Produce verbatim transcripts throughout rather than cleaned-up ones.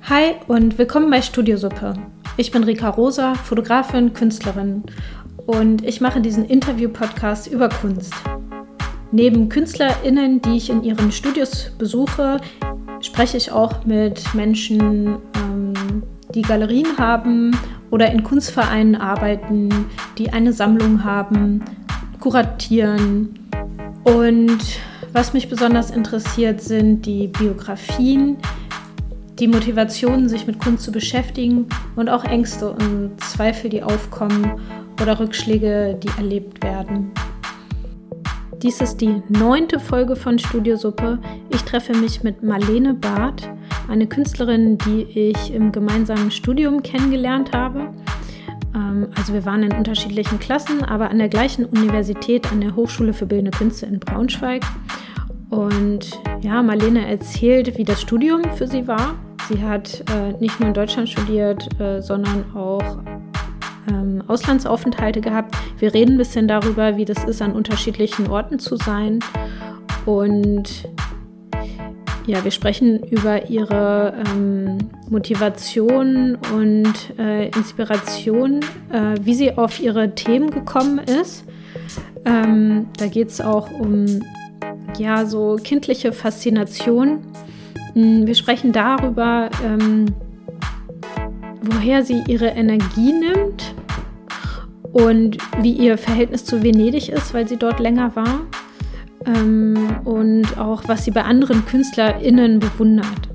Hi und willkommen bei Studiosuppe. Ich bin Rika Rosa, Fotografin, Künstlerin und ich mache diesen Interview-Podcast über Kunst. Neben KünstlerInnen, die ich in ihren Studios besuche, spreche ich auch mit Menschen, ähm, die Galerien haben oder in Kunstvereinen arbeiten, die eine Sammlung haben, kuratieren. Und was mich besonders interessiert, sind die Biografien, die Motivation, sich mit Kunst zu beschäftigen und auch Ängste und Zweifel, die aufkommen oder Rückschläge, die erlebt werden. Dies ist die neunte Folge von Studiosuppe. Ich treffe mich mit Marlene Barth, eine Künstlerin, die ich im gemeinsamen Studium kennengelernt habe. Also wir waren in unterschiedlichen Klassen, aber an der gleichen Universität, an der Hochschule für Bildende Künste in Braunschweig. Und ja, Marlene erzählt, wie das Studium für sie war. Sie hat äh, nicht nur in Deutschland studiert, äh, sondern auch ähm, Auslandsaufenthalte gehabt. Wir reden ein bisschen darüber, wie das ist, an unterschiedlichen Orten zu sein. Und ja, wir sprechen über ihre ähm, Motivation und äh, Inspiration, äh, wie sie auf ihre Themen gekommen ist. Ähm, da geht es auch um ja, so kindliche Faszination. Wir sprechen darüber, ähm, woher sie ihre Energie nimmt und wie ihr Verhältnis zu Venedig ist, weil sie dort länger war. Ähm, und auch, was sie bei anderen KünstlerInnen bewundert.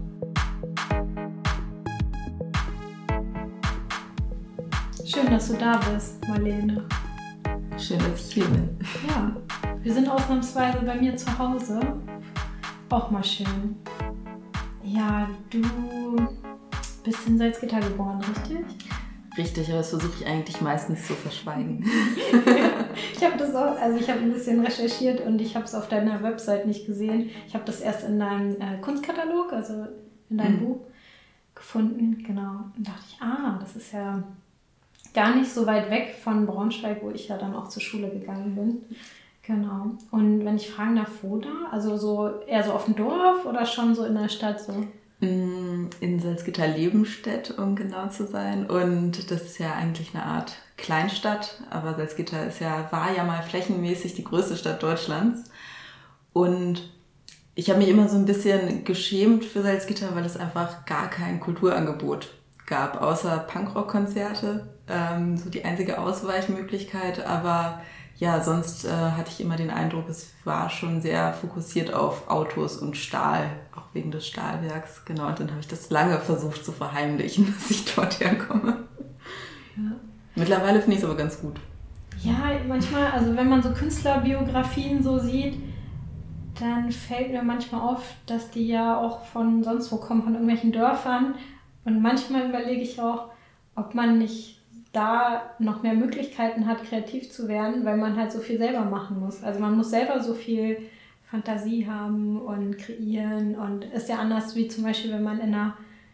Schön, dass du da bist, Marlene. Schön, dass ich hier bin. Ja, wir sind ausnahmsweise bei mir zu Hause. Auch mal schön. Ja, du bist in Salzgitter geboren, richtig? Richtig, aber das versuche ich eigentlich meistens zu verschweigen. Ich habe das auch, also ich habe ein bisschen recherchiert und ich habe es auf deiner Website nicht gesehen. Ich habe das erst in deinem äh, Kunstkatalog, also in deinem mhm. Buch gefunden, genau. Und dachte ich, ah, das ist ja gar nicht so weit weg von Braunschweig, wo ich ja dann auch zur Schule gegangen bin. Genau. Und wenn ich fragen darf, wo da? Also so eher so auf dem Dorf oder schon so in der Stadt so? In Salzgitter-Lebenstedt, um genau zu sein. Und das ist ja eigentlich eine Art Kleinstadt, aber Salzgitter ist ja, war ja mal flächenmäßig die größte Stadt Deutschlands. Und ich habe mich immer so ein bisschen geschämt für Salzgitter, weil es einfach gar kein Kulturangebot gab, außer Punkrock-Konzerte, ähm, so die einzige Ausweichmöglichkeit. Aber ja, sonst äh, hatte ich immer den Eindruck, es war schon sehr fokussiert auf Autos und Stahl, auch wegen des Stahlwerks. Genau, und dann habe ich das lange versucht zu verheimlichen, dass ich dort herkomme. Ja. Mittlerweile finde ich es aber ganz gut. Ja, manchmal, also wenn man so Künstlerbiografien so sieht, dann fällt mir manchmal auf, dass die ja auch von sonst wo kommen, von irgendwelchen Dörfern. Und manchmal überlege ich auch, ob man nicht da noch mehr Möglichkeiten hat, kreativ zu werden, weil man halt so viel selber machen muss. Also man muss selber so viel Fantasie haben und kreieren und ist ja anders wie zum Beispiel, wenn man in, einer,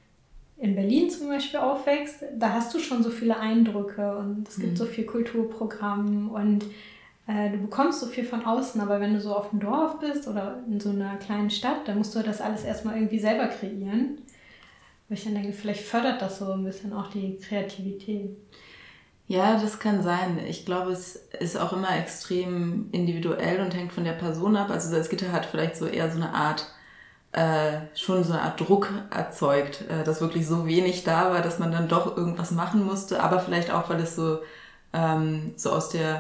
in Berlin zum Beispiel aufwächst, da hast du schon so viele Eindrücke und es gibt mhm. so viel Kulturprogramm und äh, du bekommst so viel von außen, aber wenn du so auf dem Dorf bist oder in so einer kleinen Stadt, dann musst du das alles erstmal irgendwie selber kreieren. Wo ich dann denke, vielleicht fördert das so ein bisschen auch die Kreativität. Ja, das kann sein. Ich glaube, es ist auch immer extrem individuell und hängt von der Person ab. Also Salzgitter hat vielleicht so eher so eine Art, äh, schon so eine Art Druck erzeugt, äh, dass wirklich so wenig da war, dass man dann doch irgendwas machen musste. Aber vielleicht auch, weil es so, ähm, so aus der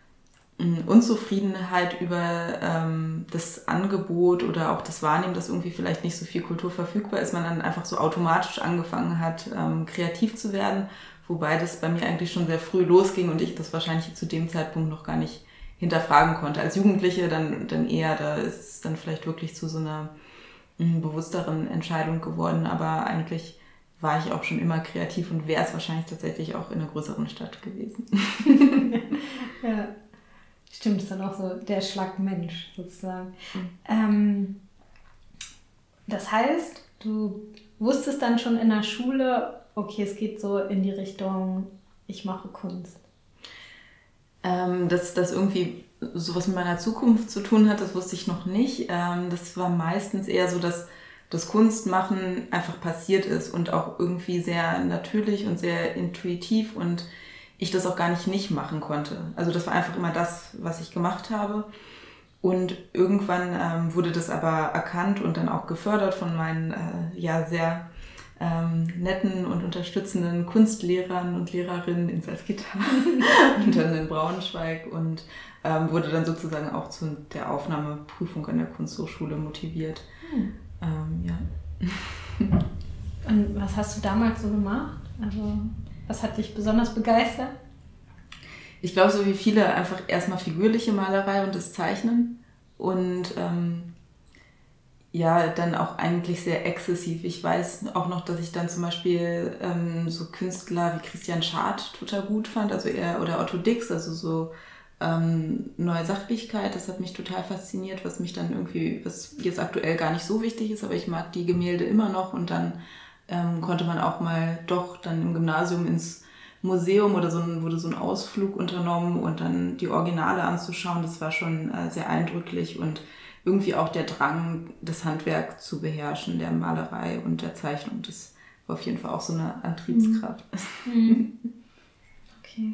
Unzufriedenheit über ähm, das Angebot oder auch das Wahrnehmen, dass irgendwie vielleicht nicht so viel Kultur verfügbar ist, man dann einfach so automatisch angefangen hat, ähm, kreativ zu werden, wobei das bei mir eigentlich schon sehr früh losging und ich das wahrscheinlich zu dem Zeitpunkt noch gar nicht hinterfragen konnte. Als Jugendliche dann, dann eher, da ist es dann vielleicht wirklich zu so einer mh, bewussteren Entscheidung geworden, aber eigentlich war ich auch schon immer kreativ und wäre es wahrscheinlich tatsächlich auch in einer größeren Stadt gewesen. Ja. Stimmt, ist dann auch so der Schlagmensch sozusagen. Mhm. Ähm, das heißt, du wusstest dann schon in der Schule, okay, es geht so in die Richtung, ich mache Kunst. Ähm, dass das irgendwie sowas mit meiner Zukunft zu tun hat, das wusste ich noch nicht. Ähm, das war meistens eher so, dass das Kunstmachen einfach passiert ist und auch irgendwie sehr natürlich und sehr intuitiv und ich das auch gar nicht nicht machen konnte. Also das war einfach immer das, was ich gemacht habe. Und irgendwann ähm, wurde das aber erkannt und dann auch gefördert von meinen äh, ja sehr ähm, netten und unterstützenden Kunstlehrern und Lehrerinnen in Salzgitter und dann in Braunschweig und ähm, wurde dann sozusagen auch zu der Aufnahmeprüfung an der Kunsthochschule motiviert. Hm. Ähm, ja. Und was hast du damals so gemacht? Also was hat dich besonders begeistert? Ich glaube, so wie viele, einfach erstmal figürliche Malerei und das Zeichnen und ähm, ja, dann auch eigentlich sehr exzessiv. Ich weiß auch noch, dass ich dann zum Beispiel ähm, so Künstler wie Christian Schad total gut fand, also er oder Otto Dix, also so ähm, neue Sachlichkeit, das hat mich total fasziniert, was mich dann irgendwie, was jetzt aktuell gar nicht so wichtig ist, aber ich mag die Gemälde immer noch und dann ähm, konnte man auch mal doch dann im Gymnasium ins Museum oder so ein, wurde so ein Ausflug unternommen und dann die Originale anzuschauen, das war schon äh, sehr eindrücklich und irgendwie auch der Drang, das Handwerk zu beherrschen, der Malerei und der Zeichnung, das war auf jeden Fall auch so eine Antriebskraft. Mhm. Okay.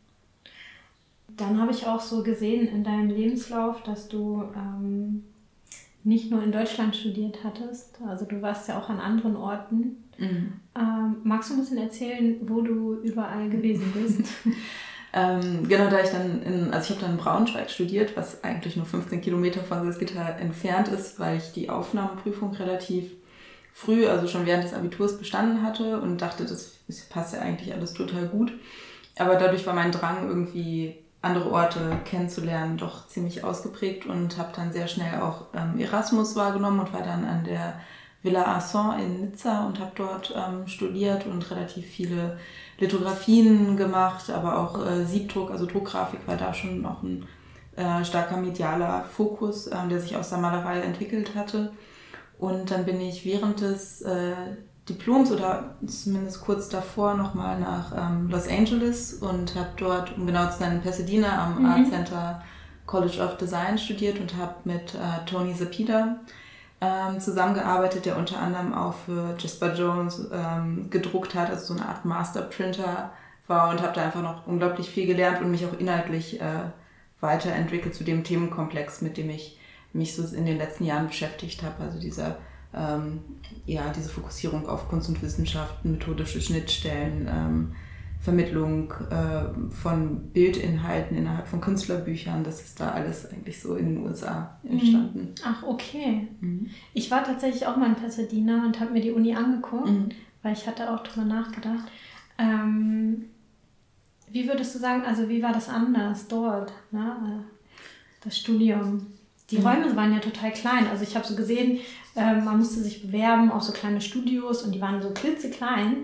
Dann habe ich auch so gesehen in deinem Lebenslauf, dass du ähm, nicht nur in Deutschland studiert hattest, also du warst ja auch an anderen Orten. Mhm. Ähm, magst du ein bisschen erzählen, wo du überall gewesen bist? ähm, genau, da ich dann in, also ich habe dann in Braunschweig studiert, was eigentlich nur fünfzehn Kilometer von Salzgitter entfernt ist, weil ich die Aufnahmeprüfung relativ früh, also schon während des Abiturs bestanden hatte und dachte, das passt ja eigentlich alles total gut. Aber dadurch war mein Drang, irgendwie andere Orte kennenzulernen, doch ziemlich ausgeprägt und habe dann sehr schnell auch ähm, Erasmus wahrgenommen und war dann an der Villa Arson in Nizza und habe dort ähm, studiert und relativ viele Lithografien gemacht, aber auch äh, Siebdruck, also Druckgrafik war da schon noch ein äh, starker medialer Fokus, äh, der sich aus der Malerei entwickelt hatte. Und dann bin ich während des äh, Diploms oder zumindest kurz davor nochmal nach ähm, Los Angeles und habe dort, um genau zu sein, in Pasadena am mhm. Art Center College of Design studiert und habe mit äh, Tony Sapida ähm, zusammengearbeitet, der unter anderem auch für Jasper Jones ähm, gedruckt hat, also so eine Art Masterprinter war und habe da einfach noch unglaublich viel gelernt und mich auch inhaltlich äh, weiterentwickelt zu dem Themenkomplex, mit dem ich mich so in den letzten Jahren beschäftigt habe, also dieser Ähm, ja, diese Fokussierung auf Kunst und Wissenschaften, methodische Schnittstellen, ähm, Vermittlung äh, von Bildinhalten innerhalb von Künstlerbüchern, das ist da alles eigentlich so in den U S A entstanden. Ach, okay. Mhm. Ich war tatsächlich auch mal in Pasadena und habe mir die Uni angeguckt, mhm. weil ich hatte auch drüber nachgedacht. Ähm, wie würdest du sagen, also wie war das anders dort, ne? Das Studium? Die Räume waren ja total klein. Also ich habe so gesehen, äh, man musste sich bewerben auf so kleine Studios und die waren so klitzeklein.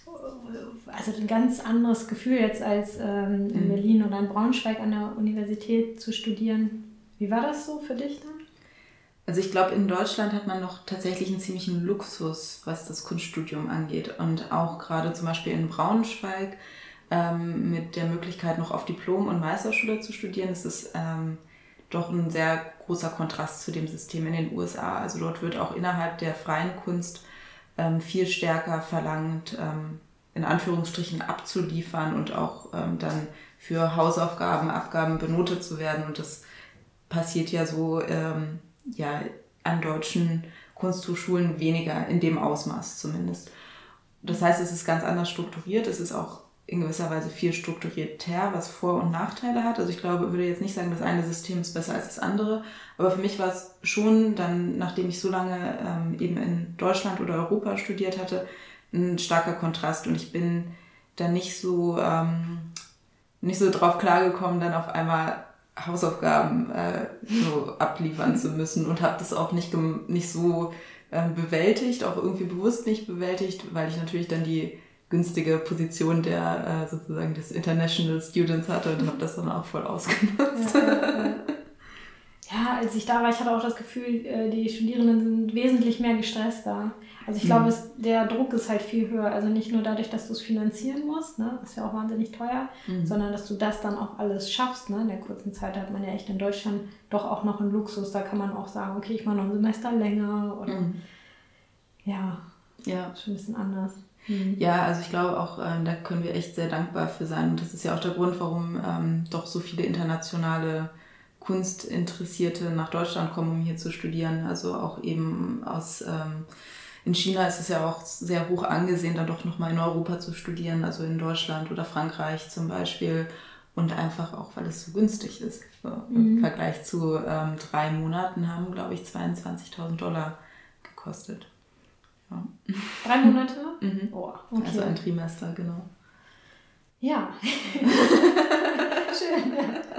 Also ein ganz anderes Gefühl jetzt als ähm, in mhm. Berlin oder in Braunschweig an der Universität zu studieren. Wie war das so für dich dann? Also ich glaube, in Deutschland hat man noch tatsächlich einen ziemlichen Luxus, was das Kunststudium angeht. Und auch gerade zum Beispiel in Braunschweig ähm, mit der Möglichkeit, noch auf Diplom- und Meisterschule zu studieren, ist es ähm, doch ein sehr großer Kontrast zu dem System in den U S A. Also dort wird auch innerhalb der freien Kunst ähm, viel stärker verlangt, ähm, in Anführungsstrichen abzuliefern und auch ähm, dann für Hausaufgaben, Abgaben benotet zu werden. Und das passiert ja so ähm, ja, an deutschen Kunsthochschulen weniger, in dem Ausmaß zumindest. Das heißt, es ist ganz anders strukturiert. Es ist auch in gewisser Weise viel strukturierter, was Vor- und Nachteile hat. Also ich glaube, ich würde jetzt nicht sagen, das eine System ist besser als das andere, aber für mich war es schon dann, nachdem ich so lange ähm, eben in Deutschland oder Europa studiert hatte, ein starker Kontrast und ich bin dann nicht so ähm, nicht so drauf klargekommen, dann auf einmal Hausaufgaben äh, so abliefern zu müssen und habe das auch nicht, gem- nicht so ähm, bewältigt, auch irgendwie bewusst nicht bewältigt, weil ich natürlich dann die günstige Position der äh, sozusagen des International Students hatte und habe das dann auch voll ausgenutzt. Ja, ja, ja. ja, als ich da war, ich hatte auch das Gefühl, die Studierenden sind wesentlich mehr gestresst da. Also ich glaube, mhm. es, der Druck ist halt viel höher. Also nicht nur dadurch, dass du es finanzieren musst, ne, das ist ja auch wahnsinnig teuer, mhm. sondern dass du das dann auch alles schaffst. Ne? In der kurzen Zeit hat man ja echt in Deutschland doch auch noch einen Luxus. Da kann man auch sagen, okay, ich mache noch ein Semester länger oder... Mhm. ja, ja. schon ein bisschen anders. Mhm. Ja, also ich glaube auch, ähm, da können wir echt sehr dankbar für sein. Und das ist ja auch der Grund, warum ähm, doch so viele internationale Kunstinteressierte nach Deutschland kommen, um hier zu studieren. Also auch eben aus, ähm, in China ist es ja auch sehr hoch angesehen, dann doch nochmal in Europa zu studieren, also in Deutschland oder Frankreich zum Beispiel. Und einfach auch, weil es so günstig ist. So, mhm. Im Vergleich zu ähm, drei Monaten haben, glaube ich, zweiundzwanzigtausend Dollar gekostet. Ja. Drei Monate? Mhm. Oh, okay. Also ein Trimester, genau. Ja. Schön.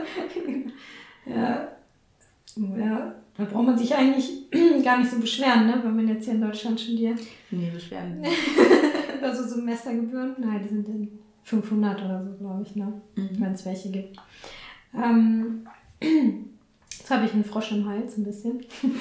Ja. Ja. Da braucht man sich eigentlich gar nicht so beschweren, ne? Wenn man jetzt hier in Deutschland studiert. Nee, beschweren nicht. Über so Semestergebühren? Nein, die sind dann fünfhundert oder so, glaube ich, ne? Mhm. Wenn es welche gibt. Ähm, jetzt habe ich einen Frosch im Hals, ein bisschen.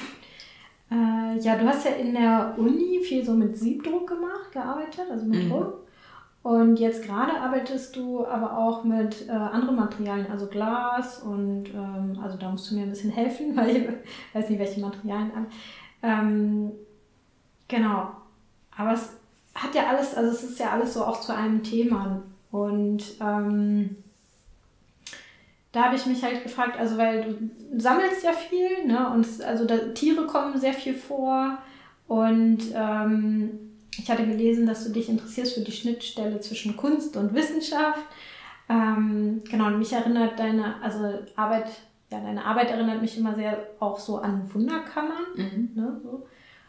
äh, ja, du hast ja in der Uni viel so mit Siebdruck gemacht, gearbeitet, also mit mhm. Druck. Und jetzt gerade arbeitest du aber auch mit äh, anderen Materialien, also Glas und, ähm, also da musst du mir ein bisschen helfen, weil ich weiß nicht, welche Materialien an. Ähm, genau. Aber es hat ja alles, also es ist ja alles so auch zu einem Thema. Und ähm, da habe ich mich halt gefragt, also weil du sammelst ja viel, ne? Und es, also da, Tiere kommen sehr viel vor. Und ähm, ich hatte gelesen, dass du dich interessierst für die Schnittstelle zwischen Kunst und Wissenschaft. Ähm, genau, und mich erinnert deine, also Arbeit, ja, deine Arbeit erinnert mich immer sehr auch so an Wunderkammern. Mhm. Ne? So.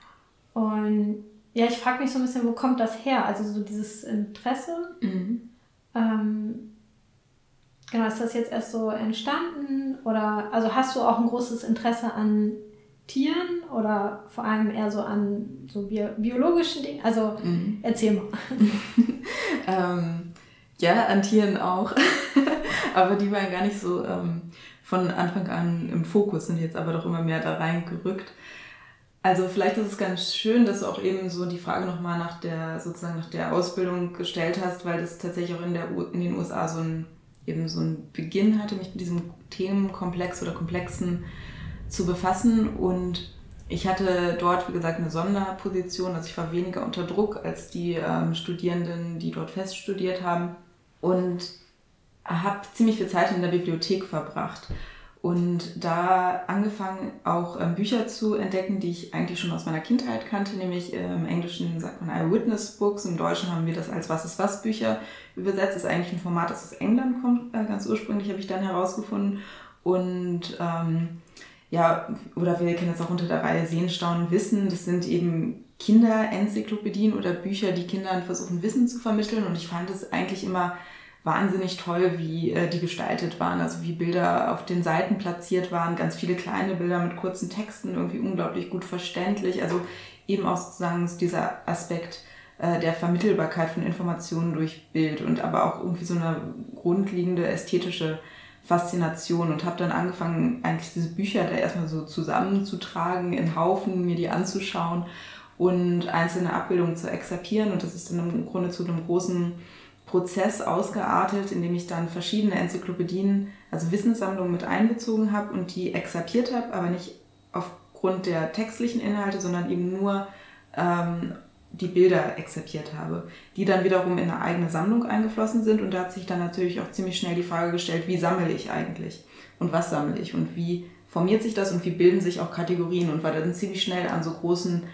Und ja, ich frage mich so ein bisschen, wo kommt das her? Also so dieses Interesse. Mhm. Ähm, genau, ist das jetzt erst so entstanden? Oder also hast du auch ein großes Interesse an Tieren oder vor allem eher so an so bio- biologischen Dingen? Also mhm. erzähl mal. ähm, ja, an Tieren auch. Aber die waren gar nicht so ähm, von Anfang an im Fokus, sind jetzt aber doch immer mehr da reingerückt. Also vielleicht ist es ganz schön, dass du auch eben so die Frage nochmal nach der, sozusagen nach der Ausbildung gestellt hast, weil das tatsächlich auch in, der U- in den U S A so ein, eben so einen Beginn hatte, mich mit diesem Themenkomplex oder Komplexen zu befassen. Und ich hatte dort, wie gesagt, eine Sonderposition, also ich war weniger unter Druck als die ähm, Studierenden, die dort fest studiert haben, und habe ziemlich viel Zeit in der Bibliothek verbracht. Und da angefangen, auch ähm, Bücher zu entdecken, die ich eigentlich schon aus meiner Kindheit kannte, nämlich äh, im Englischen sagt man Eyewitness Books, im Deutschen haben wir das als Was ist was Bücher übersetzt. Das ist eigentlich ein Format, das aus England kommt, äh, ganz ursprünglich, habe ich dann herausgefunden. Und ähm, ja, oder wir kennen das auch unter der Reihe Sehen, Staunen, Wissen. Das sind eben Kinderenzyklopädien oder Bücher, die Kindern versuchen, Wissen zu vermitteln. Und ich fand es eigentlich immer wahnsinnig toll, wie äh, die gestaltet waren, also wie Bilder auf den Seiten platziert waren, ganz viele kleine Bilder mit kurzen Texten, irgendwie unglaublich gut verständlich, also eben auch sozusagen dieser Aspekt äh, der Vermittelbarkeit von Informationen durch Bild und aber auch irgendwie so eine grundlegende ästhetische Faszination, und habe dann angefangen, eigentlich diese Bücher da erstmal so zusammenzutragen, in Haufen, mir die anzuschauen und einzelne Abbildungen zu exerpieren, und das ist dann im Grunde zu einem großen Prozess ausgeartet, in dem ich dann verschiedene Enzyklopädien, also Wissenssammlungen mit einbezogen habe und die exerpiert habe, aber nicht aufgrund der textlichen Inhalte, sondern eben nur ähm, die Bilder exerpiert habe, die dann wiederum in eine eigene Sammlung eingeflossen sind, und da hat sich dann natürlich auch ziemlich schnell die Frage gestellt, wie sammle ich eigentlich und was sammle ich und wie formiert sich das und wie bilden sich auch Kategorien, und war dann ziemlich schnell an so großen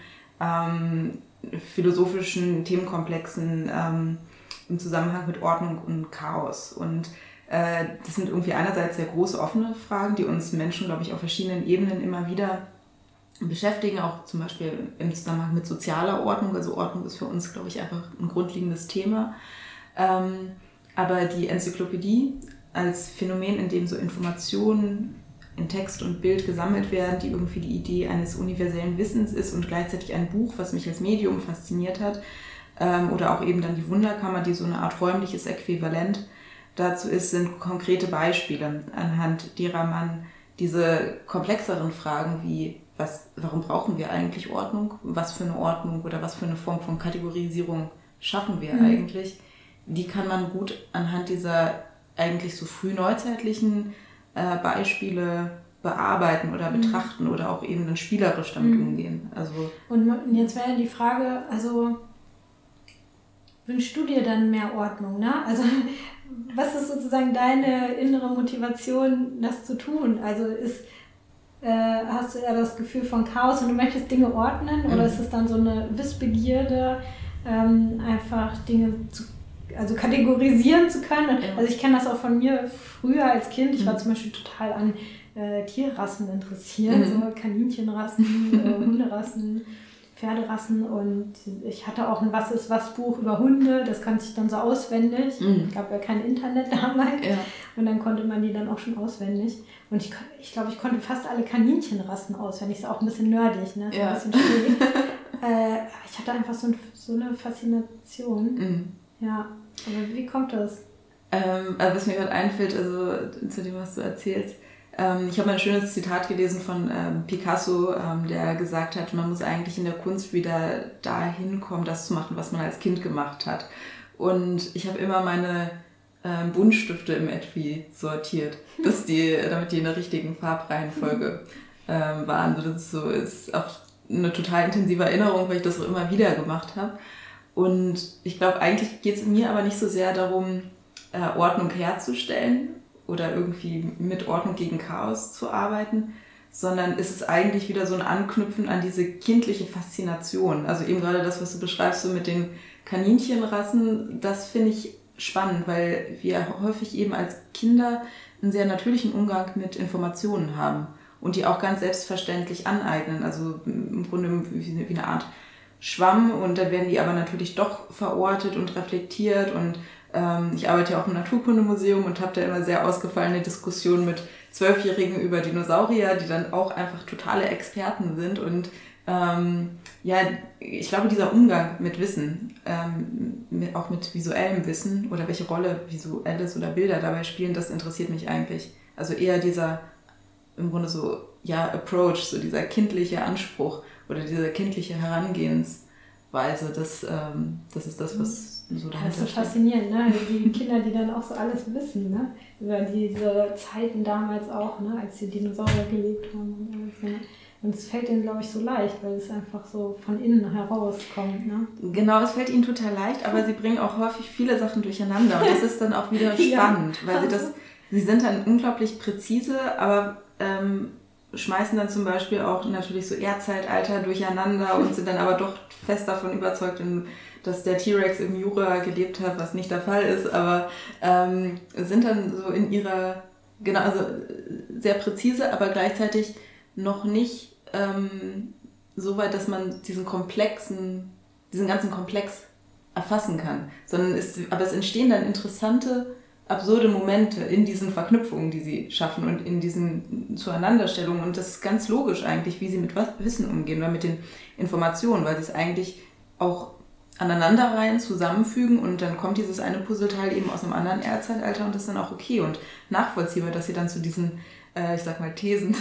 ähm, philosophischen Themenkomplexen ähm, im Zusammenhang mit Ordnung und Chaos. Und äh, das sind irgendwie einerseits sehr große offene Fragen, die uns Menschen, glaube ich, auf verschiedenen Ebenen immer wieder beschäftigen, auch zum Beispiel im Zusammenhang mit sozialer Ordnung. Also Ordnung ist für uns, glaube ich, einfach ein grundlegendes Thema. Ähm, aber die Enzyklopädie als Phänomen, in dem so Informationen in Text und Bild gesammelt werden, die irgendwie die Idee eines universellen Wissens ist und gleichzeitig ein Buch, was mich als Medium fasziniert hat, oder auch eben dann die Wunderkammer, die so eine Art räumliches Äquivalent dazu ist, sind konkrete Beispiele, anhand derer man diese komplexeren Fragen wie, was, warum brauchen wir eigentlich Ordnung, was für eine Ordnung oder was für eine Form von Kategorisierung schaffen wir mhm. eigentlich, die kann man gut anhand dieser eigentlich so frühneuzeitlichen äh, Beispiele bearbeiten oder betrachten mhm. oder auch eben dann spielerisch damit mhm. umgehen. Also und jetzt wäre ja die Frage, also wünschst du dir dann mehr Ordnung, ne? Also was ist sozusagen deine innere Motivation, das zu tun? Also ist, äh, hast du eher das Gefühl von Chaos und du möchtest Dinge ordnen mhm. oder ist es dann so eine Wissbegierde, ähm, einfach Dinge zu also kategorisieren zu können? Ja. Also ich kenne das auch von mir früher als Kind. Ich war mhm. zum Beispiel total an äh, Tierrassen interessiert, mhm. so Kaninchenrassen, äh, Hunderassen, Pferderassen und ich hatte auch ein Was ist was Buch über Hunde, das kannte ich dann so auswendig. Mhm. Es gab ja kein Internet damals ja. und dann konnte man die dann auch schon auswendig. Und ich, ich glaube, ich konnte fast alle Kaninchenrassen auswendig, ist auch ein bisschen nerdig, ne? Ja. Ein bisschen schwierig. äh, ich hatte einfach so, ein, so eine Faszination. Mhm. Ja, aber wie kommt das? Ähm, also was mir gerade einfällt, also zu dem, was du erzählst, ähm, ich habe mal ein schönes Zitat gelesen von ähm, Picasso, ähm, der gesagt hat, man muss eigentlich in der Kunst wieder dahin kommen, das zu machen, was man als Kind gemacht hat. Und ich habe immer meine ähm, Buntstifte im Etui sortiert, bis die, damit die in der richtigen Farbreihenfolge ähm, waren. Also das ist so ist auch eine total intensive Erinnerung, weil ich das auch immer wieder gemacht habe. Und ich glaube, eigentlich geht es mir aber nicht so sehr darum, äh, Ordnung herzustellen oder irgendwie mit Ordnung gegen Chaos zu arbeiten, sondern es ist eigentlich wieder so ein Anknüpfen an diese kindliche Faszination. Also eben gerade das, was du beschreibst, so mit den Kaninchenrassen, das finde ich spannend, weil wir häufig eben als Kinder einen sehr natürlichen Umgang mit Informationen haben und die auch ganz selbstverständlich aneignen. Also im Grunde wie eine Art Schwamm und dann werden die aber natürlich doch verortet und reflektiert und ähm, ich arbeite ja auch im Naturkundemuseum und habe da immer sehr ausgefallene Diskussionen mit Zwölfjährigen über Dinosaurier, die dann auch einfach totale Experten sind und ähm, ja, ich glaube dieser Umgang mit Wissen, ähm, mit, auch mit visuellem Wissen oder welche Rolle visuelles oder Bilder dabei spielen, das interessiert mich eigentlich. Also eher dieser im Grunde so, ja, Approach, so dieser kindliche Anspruch oder diese kindliche Herangehensweise, das, ähm, das ist das, was so dahinter steht. Das ist so faszinierend, ne? Die Kinder, die dann auch so alles wissen, ne? Über diese Zeiten damals auch, ne? Als die Dinosaurier gelebt haben und alles, ne? Und es fällt ihnen, glaube ich, so leicht, weil es einfach so von innen herauskommt, ne? Genau, es fällt ihnen total leicht, aber sie bringen auch häufig viele Sachen durcheinander und das ist dann auch wieder spannend, ja. weil sie das, sie sind dann unglaublich präzise, aber ähm, schmeißen dann zum Beispiel auch natürlich so Erdzeitalter durcheinander und sind dann aber doch fest davon überzeugt, dass der T-Rex im Jura gelebt hat, was nicht der Fall ist, aber ähm, sind dann so in ihrer, genau, also sehr präzise, aber gleichzeitig noch nicht ähm, so weit, dass man diesen komplexen, diesen ganzen Komplex erfassen kann, sondern es, aber es entstehen dann interessante absurde Momente in diesen Verknüpfungen, die sie schaffen und in diesen Zueinanderstellungen. Und das ist ganz logisch eigentlich, wie sie mit Wissen umgehen oder mit den Informationen, weil sie es eigentlich auch aneinanderreihen, zusammenfügen und dann kommt dieses eine Puzzleteil eben aus einem anderen Erdzeitalter und das ist dann auch okay und nachvollziehbar, dass sie dann zu diesen, äh, ich sag mal, Thesen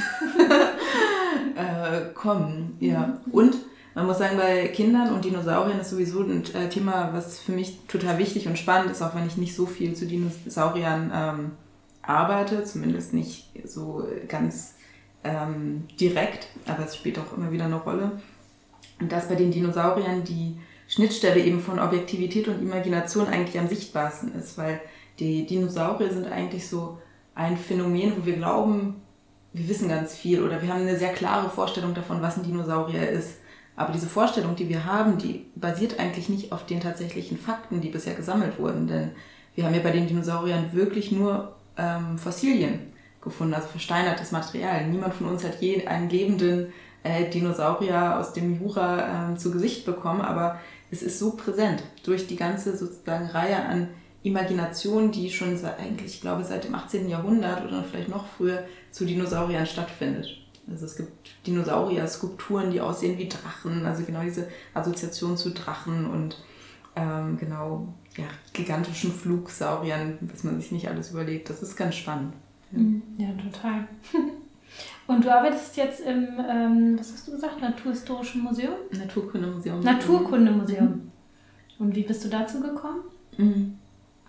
äh, kommen. Ja. Und man muss sagen, bei Kindern und Dinosauriern ist sowieso ein äh, Thema, was für mich total wichtig und spannend ist, auch wenn ich nicht so viel zu Dinosauriern ähm, arbeite, zumindest nicht so ganz ähm, direkt, aber es spielt auch immer wieder eine Rolle. Und dass bei den Dinosauriern die Schnittstelle eben von Objektivität und Imagination eigentlich am sichtbarsten ist, weil die Dinosaurier sind eigentlich so ein Phänomen, wo wir glauben, wir wissen ganz viel oder wir haben eine sehr klare Vorstellung davon, was ein Dinosaurier ist. Aber diese Vorstellung, die wir haben, die basiert eigentlich nicht auf den tatsächlichen Fakten, die bisher gesammelt wurden. Denn wir haben ja bei den Dinosauriern wirklich nur ähm, Fossilien gefunden, also versteinertes Material. Niemand von uns hat je einen lebenden äh, Dinosaurier aus dem Jura äh, zu Gesicht bekommen, aber es ist so präsent durch die ganze sozusagen Reihe an Imaginationen, die schon seit, eigentlich, ich glaube, seit dem achtzehnten Jahrhundert oder vielleicht noch früher zu Dinosauriern stattfindet. Also es gibt Dinosaurier-Skulpturen, die aussehen wie Drachen, also genau diese Assoziation zu Drachen und ähm, genau ja, gigantischen Flugsauriern, was man sich nicht alles überlegt. Das ist ganz spannend. Ja, ja total. Und du arbeitest jetzt im, ähm, was hast du gesagt, Naturhistorischen Museum? Naturkundemuseum. Naturkundemuseum. Mhm. Und wie bist du dazu gekommen? Mhm.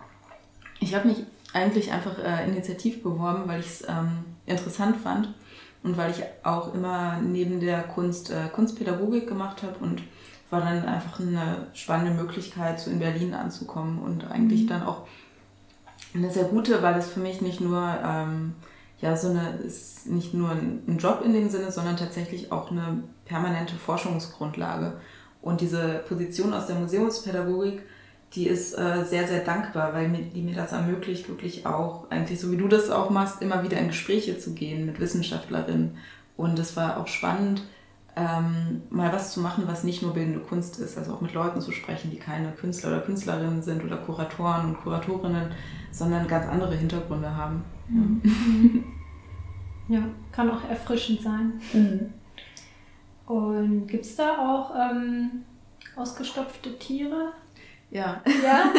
Ich habe mich eigentlich einfach äh, initiativ beworben, weil ich es ähm, interessant fand, und weil ich auch immer neben der Kunst äh, Kunstpädagogik gemacht habe und war dann einfach eine spannende Möglichkeit, so in Berlin anzukommen und eigentlich mhm. dann auch eine sehr gute, weil es für mich nicht nur ähm, ja so eine ist nicht nur ein Job in dem Sinne, sondern tatsächlich auch eine permanente Forschungsgrundlage. Und diese Position aus der Museumspädagogik, die ist äh, sehr, sehr dankbar, weil mir, die mir das ermöglicht, wirklich auch, eigentlich so wie du das auch machst, immer wieder in Gespräche zu gehen mit Wissenschaftlerinnen. Und es war auch spannend, ähm, mal was zu machen, was nicht nur bildende Kunst ist, also auch mit Leuten zu sprechen, die keine Künstler oder Künstlerinnen sind oder Kuratoren und Kuratorinnen, sondern ganz andere Hintergründe haben. Mhm. Ja, kann auch erfrischend sein. Mhm. Und gibt es da auch ähm, ausgestopfte Tiere? Ja. Ja?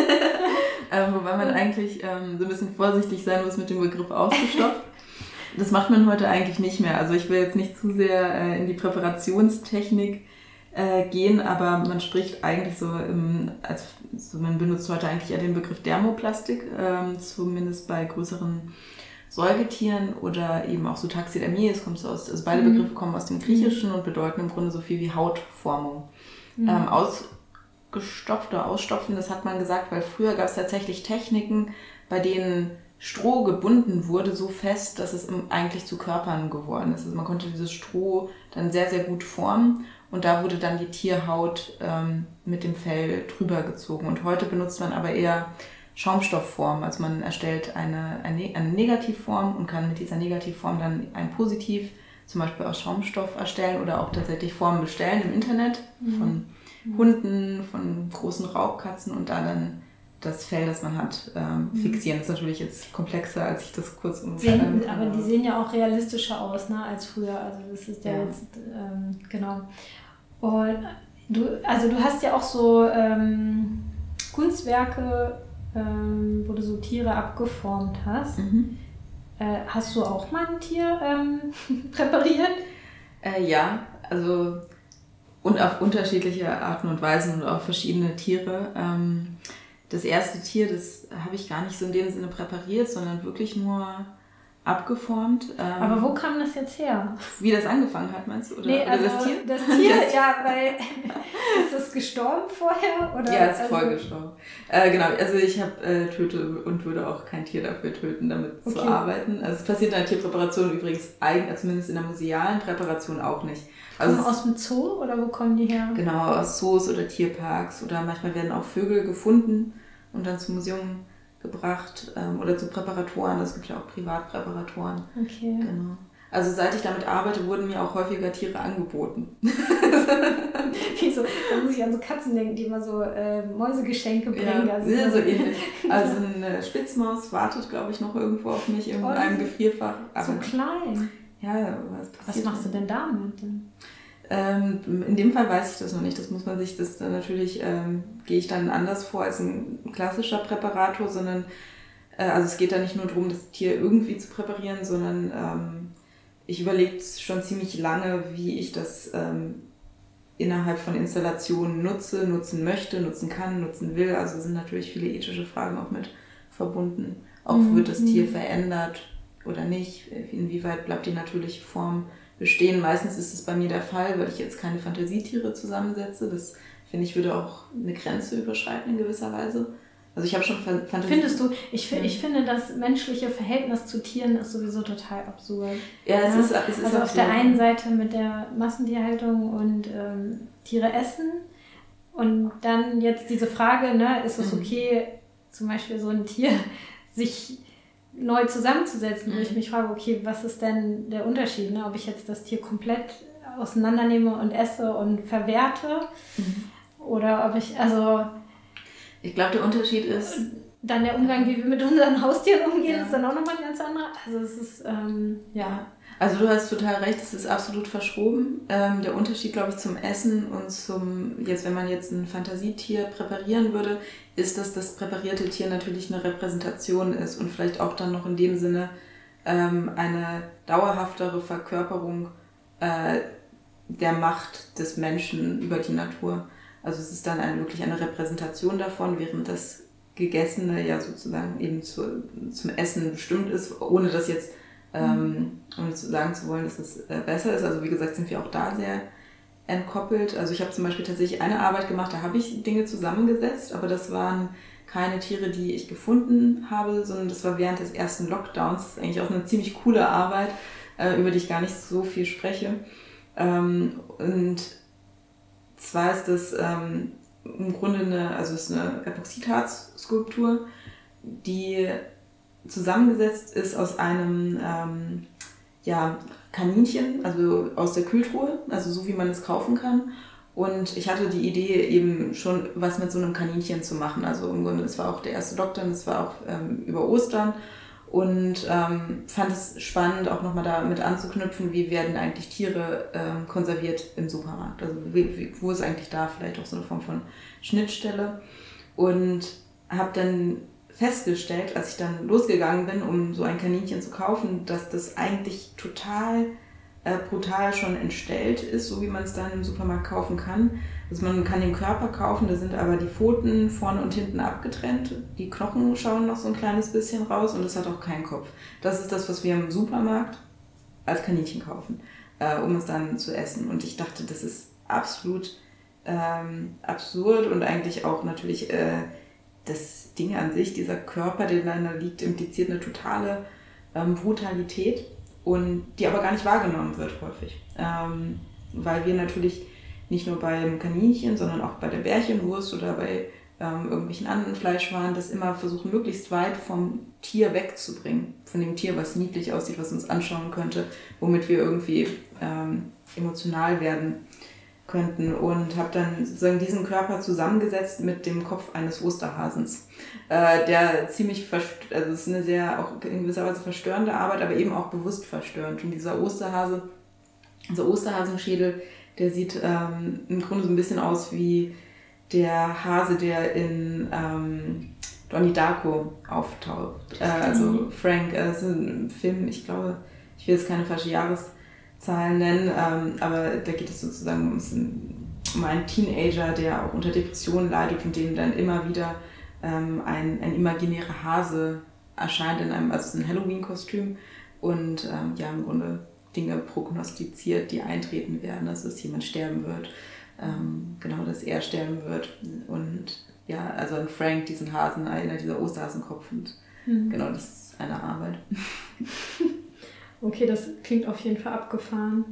ähm, wobei man eigentlich ähm, so ein bisschen vorsichtig sein muss mit dem Begriff ausgestopft. Das macht man heute eigentlich nicht mehr. Also ich will jetzt nicht zu sehr äh, in die Präparationstechnik äh, gehen, aber man spricht eigentlich so, im, als, so, man benutzt heute eigentlich eher den Begriff Dermoplastik, ähm, zumindest bei größeren Säugetieren oder eben auch so Taxidermie. Es kommt so aus, also beide mhm. Begriffe kommen aus dem Griechischen mhm. und bedeuten im Grunde so viel wie Hautformung. Mhm. Ähm, ausgestopft oder ausstopfen, das hat man gesagt, weil früher gab es tatsächlich Techniken, bei denen Stroh gebunden wurde so fest, dass es eigentlich zu Körpern geworden ist. Also man konnte dieses Stroh dann sehr, sehr gut formen und da wurde dann die Tierhaut ähm, mit dem Fell drüber gezogen. Und heute benutzt man aber eher Schaumstoffform. Also man erstellt eine, eine, eine Negativform und kann mit dieser Negativform dann ein Positiv, zum Beispiel aus Schaumstoff, erstellen oder auch tatsächlich Formen bestellen im Internet mhm. von Hunden, von großen Raubkatzen und da dann das Fell, das man hat, ähm, fixieren. Das ist natürlich jetzt komplexer, als ich das kurz umschreiben kann. Aber die sehen ja auch realistischer aus, ne, als früher. Also das ist ja, ja. jetzt, ähm, genau. Und du, also du hast ja auch so ähm, Kunstwerke, ähm, wo du so Tiere abgeformt hast. Mhm. Äh, hast du auch mal ein Tier ähm, präpariert? Äh, ja, also und auf unterschiedliche Arten und Weisen und auch verschiedene Tiere. Ähm, Das erste Tier, das habe ich gar nicht so in dem Sinne präpariert, sondern wirklich nur abgeformt. Ähm, Aber wo kam das jetzt her? Wie das angefangen hat, meinst du? Oder, nee, oder also das Tier? Das Tier, ja, weil ist das gestorben vorher? Oder? Ja, es ist also, voll gestorben. Äh, genau, also ich habe äh, töte und würde auch kein Tier dafür töten, damit okay. zu arbeiten. Also es passiert in der Tierpräparation übrigens eigentlich, zumindest in der musealen Präparation auch nicht. Also kommen aus dem Zoo oder wo kommen die her? Genau, aus Zoos oder Tierparks oder manchmal werden auch Vögel gefunden und dann zum Museum gebracht ähm, oder zu Präparatoren. Es gibt ja auch Privatpräparatoren. Okay. Genau. Also seit ich damit arbeite, wurden mir auch häufiger Tiere angeboten. Wieso? Da muss ich an so Katzen denken, die immer so äh, Mäusegeschenke bringen. Ja, also sehr so ähnlich. Also eine Spitzmaus wartet, glaube ich, noch irgendwo auf mich in oh, einem Gefrierfach. Aber so klein. Ja, was passiert? Was machst du denn damit? Ähm, in dem Fall weiß ich das noch nicht. Das muss man sich, das dann natürlich ähm, gehe ich dann anders vor als ein klassischer Präparator, sondern äh, also es geht da nicht nur darum, das Tier irgendwie zu präparieren, sondern ähm, ich überlege schon ziemlich lange, wie ich das ähm, innerhalb von Installationen nutze, nutzen möchte, nutzen kann, nutzen will. Also sind natürlich viele ethische Fragen auch mit verbunden. Auch mhm. wird das Tier verändert oder nicht? Inwieweit bleibt die natürliche Form bestehen? Meistens ist es bei mir der Fall, weil ich jetzt keine Fantasietiere zusammensetze. Das, finde ich, würde auch eine Grenze überschreiten in gewisser Weise. Also ich habe schon Fantasie... Findest du? Ich, ja. ich finde, das menschliche Verhältnis zu Tieren ist sowieso total absurd. Ja, es ja? ist, es ist Also absurd. Auf der einen Seite mit der Massentierhaltung und ähm, Tiere essen und dann jetzt diese Frage, ne, ist es okay, mhm. zum Beispiel so ein Tier sich neu zusammenzusetzen, wo mhm. ich mich frage, okay, was ist denn der Unterschied, ne? Ob ich jetzt das Tier komplett auseinandernehme und esse und verwerte mhm. oder ob ich, also... Ich glaube, der Unterschied ist... Dann der Umgang, wie wir mit unseren Haustieren umgehen, ja. ist dann auch nochmal ein ganz anderer. Also es ist, ähm, ja. Also du hast total recht, es ist absolut verschoben. Ähm, der Unterschied, glaube ich, zum Essen und zum, jetzt wenn man jetzt ein Fantasietier präparieren würde, ist, dass das präparierte Tier natürlich eine Repräsentation ist und vielleicht auch dann noch in dem Sinne ähm, eine dauerhaftere Verkörperung äh, der Macht des Menschen über die Natur. Also es ist dann eine, wirklich eine Repräsentation davon, während das Gegessene ja sozusagen eben zu, zum Essen bestimmt ist, ohne dass jetzt ähm, um jetzt sagen zu wollen, dass es äh, besser ist. Also wie gesagt, sind wir auch da sehr entkoppelt. Also ich habe zum Beispiel tatsächlich eine Arbeit gemacht, da habe ich Dinge zusammengesetzt, aber das waren keine Tiere, die ich gefunden habe, sondern das war während des ersten Lockdowns. Das ist eigentlich auch eine ziemlich coole Arbeit, äh, über die ich gar nicht so viel spreche. Ähm, und zwar ist das ähm, im Grunde eine, also es ist eine Epoxidharz-Skulptur, die zusammengesetzt ist aus einem ähm, ja, Kaninchen, also aus der Kühltruhe, also so wie man es kaufen kann. Und ich hatte die Idee, eben schon was mit so einem Kaninchen zu machen. Also im Grunde, das war auch der erste Lockdown, das war auch ähm, über Ostern. Und ähm, fand es spannend, auch nochmal damit anzuknüpfen, wie werden eigentlich Tiere ähm, konserviert im Supermarkt. Also wie, wie, wo ist eigentlich da vielleicht auch so eine Form von Schnittstelle. Und habe dann festgestellt, als ich dann losgegangen bin, um so ein Kaninchen zu kaufen, dass das eigentlich total äh, brutal schon entstellt ist, so wie man es dann im Supermarkt kaufen kann. Also man kann den Körper kaufen, da sind aber die Pfoten vorne und hinten abgetrennt. Die Knochen schauen noch so ein kleines bisschen raus und es hat auch keinen Kopf. Das ist das, was wir im Supermarkt als Kaninchen kaufen, äh, um es dann zu essen. Und ich dachte, das ist absolut ähm, absurd und eigentlich auch natürlich äh, das Ding an sich, dieser Körper, der da liegt, impliziert eine totale ähm, Brutalität und die aber gar nicht wahrgenommen wird häufig. Ähm, weil wir natürlich nicht nur beim Kaninchen, sondern auch bei der Bärchenwurst oder bei ähm, irgendwelchen anderen Fleischwaren das immer versuchen, möglichst weit vom Tier wegzubringen. Von dem Tier, was niedlich aussieht, was uns anschauen könnte, womit wir irgendwie ähm, emotional werden könnten. Und habe dann sozusagen diesen Körper zusammengesetzt mit dem Kopf eines Osterhasens, äh, der ziemlich, verst- also es ist eine sehr, auch in gewisser Weise verstörende Arbeit, aber eben auch bewusst verstörend. Und dieser Osterhase, dieser Osterhasenschädel, der sieht ähm, im Grunde so ein bisschen aus wie der Hase, der in ähm, Donnie Darko auftaucht. Äh, also Frank, äh, das ist ein Film, ich glaube, ich will jetzt keine falsche Jahreszahlen nennen, ähm, aber da geht es sozusagen um, um einen Teenager, der auch unter Depressionen leidet und dem dann immer wieder ähm, ein, ein imaginärer Hase erscheint in einem, also ein Halloween-Kostüm und ähm, ja, im Grunde Dinge prognostiziert, die eintreten werden, dass es jemand sterben wird, ähm, genau, dass er sterben wird und ja, also an Frank, diesen Hasen, erinnert dieser Osterhasenkopf und mhm. genau, das ist eine Arbeit. Okay, das klingt auf jeden Fall abgefahren.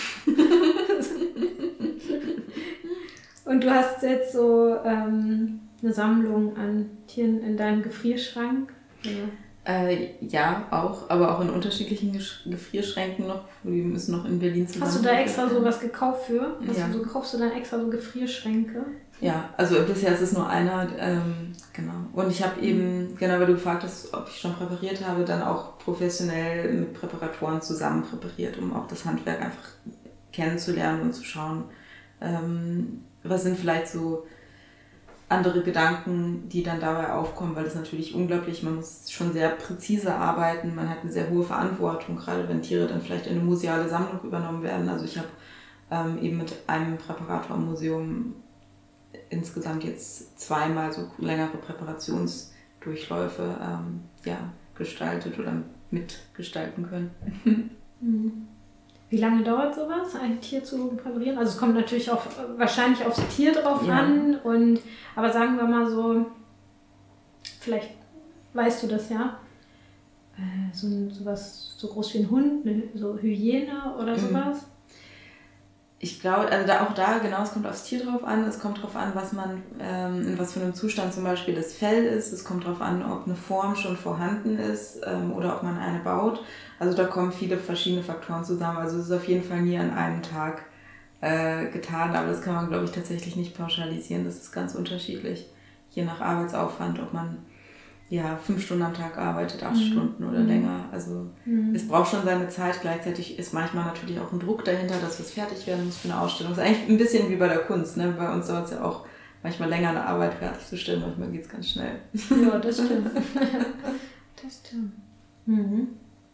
Und du hast jetzt so ähm, eine Sammlung an Tieren in deinem Gefrierschrank? Ja. Äh, ja, auch, aber auch in unterschiedlichen Gesch- Gefrierschränken noch. Wir müssen noch in Berlin zusammen. Hast du da extra so was gekauft für? Hast ja. du so, kaufst du dann extra so Gefrierschränke? Ja, also bisher ist es nur einer, ähm, genau. Und ich habe eben, genau, weil du gefragt hast, ob ich schon präpariert habe, dann auch professionell mit Präparatoren zusammen präpariert, um auch das Handwerk einfach kennenzulernen und zu schauen, ähm, was sind vielleicht so andere Gedanken, die dann dabei aufkommen, weil das natürlich unglaublich, man muss schon sehr präzise arbeiten, man hat eine sehr hohe Verantwortung, gerade wenn Tiere dann vielleicht in eine museale Sammlung übernommen werden. Also ich habe ähm, eben mit einem Präparator am Museum insgesamt jetzt zweimal so längere Präparationsdurchläufe ähm, ja, gestaltet oder mitgestalten können. Mhm. Wie lange dauert sowas, ein Tier zu präparieren? Also es kommt natürlich auch wahrscheinlich aufs Tier drauf ja. an, und, aber sagen wir mal so, vielleicht weißt du das ja, äh, so, so was so groß wie ein Hund, eine, so Hyäne oder sowas? Mhm. Ich glaube, also da, auch da, genau, es kommt aufs Tier drauf an, es kommt drauf an, was man, ähm, in was für einem Zustand zum Beispiel das Fell ist, es kommt drauf an, ob eine Form schon vorhanden ist ähm, oder ob man eine baut. Also da kommen viele verschiedene Faktoren zusammen, also es ist auf jeden Fall nie an einem Tag äh, getan, aber das kann man, glaube ich, tatsächlich nicht pauschalisieren, das ist ganz unterschiedlich, je nach Arbeitsaufwand, ob man ja, fünf Stunden am Tag arbeitet, acht mhm. Stunden oder mhm. länger. Also mhm. es braucht schon seine Zeit. Gleichzeitig ist manchmal natürlich auch ein Druck dahinter, dass was fertig werden muss für eine Ausstellung. Das ist eigentlich ein bisschen wie bei der Kunst. Ne? Bei uns dauert es ja auch manchmal länger, eine Arbeit fertigzustellen. Manchmal geht es ganz schnell. Ja, das stimmt. Das stimmt. Mhm.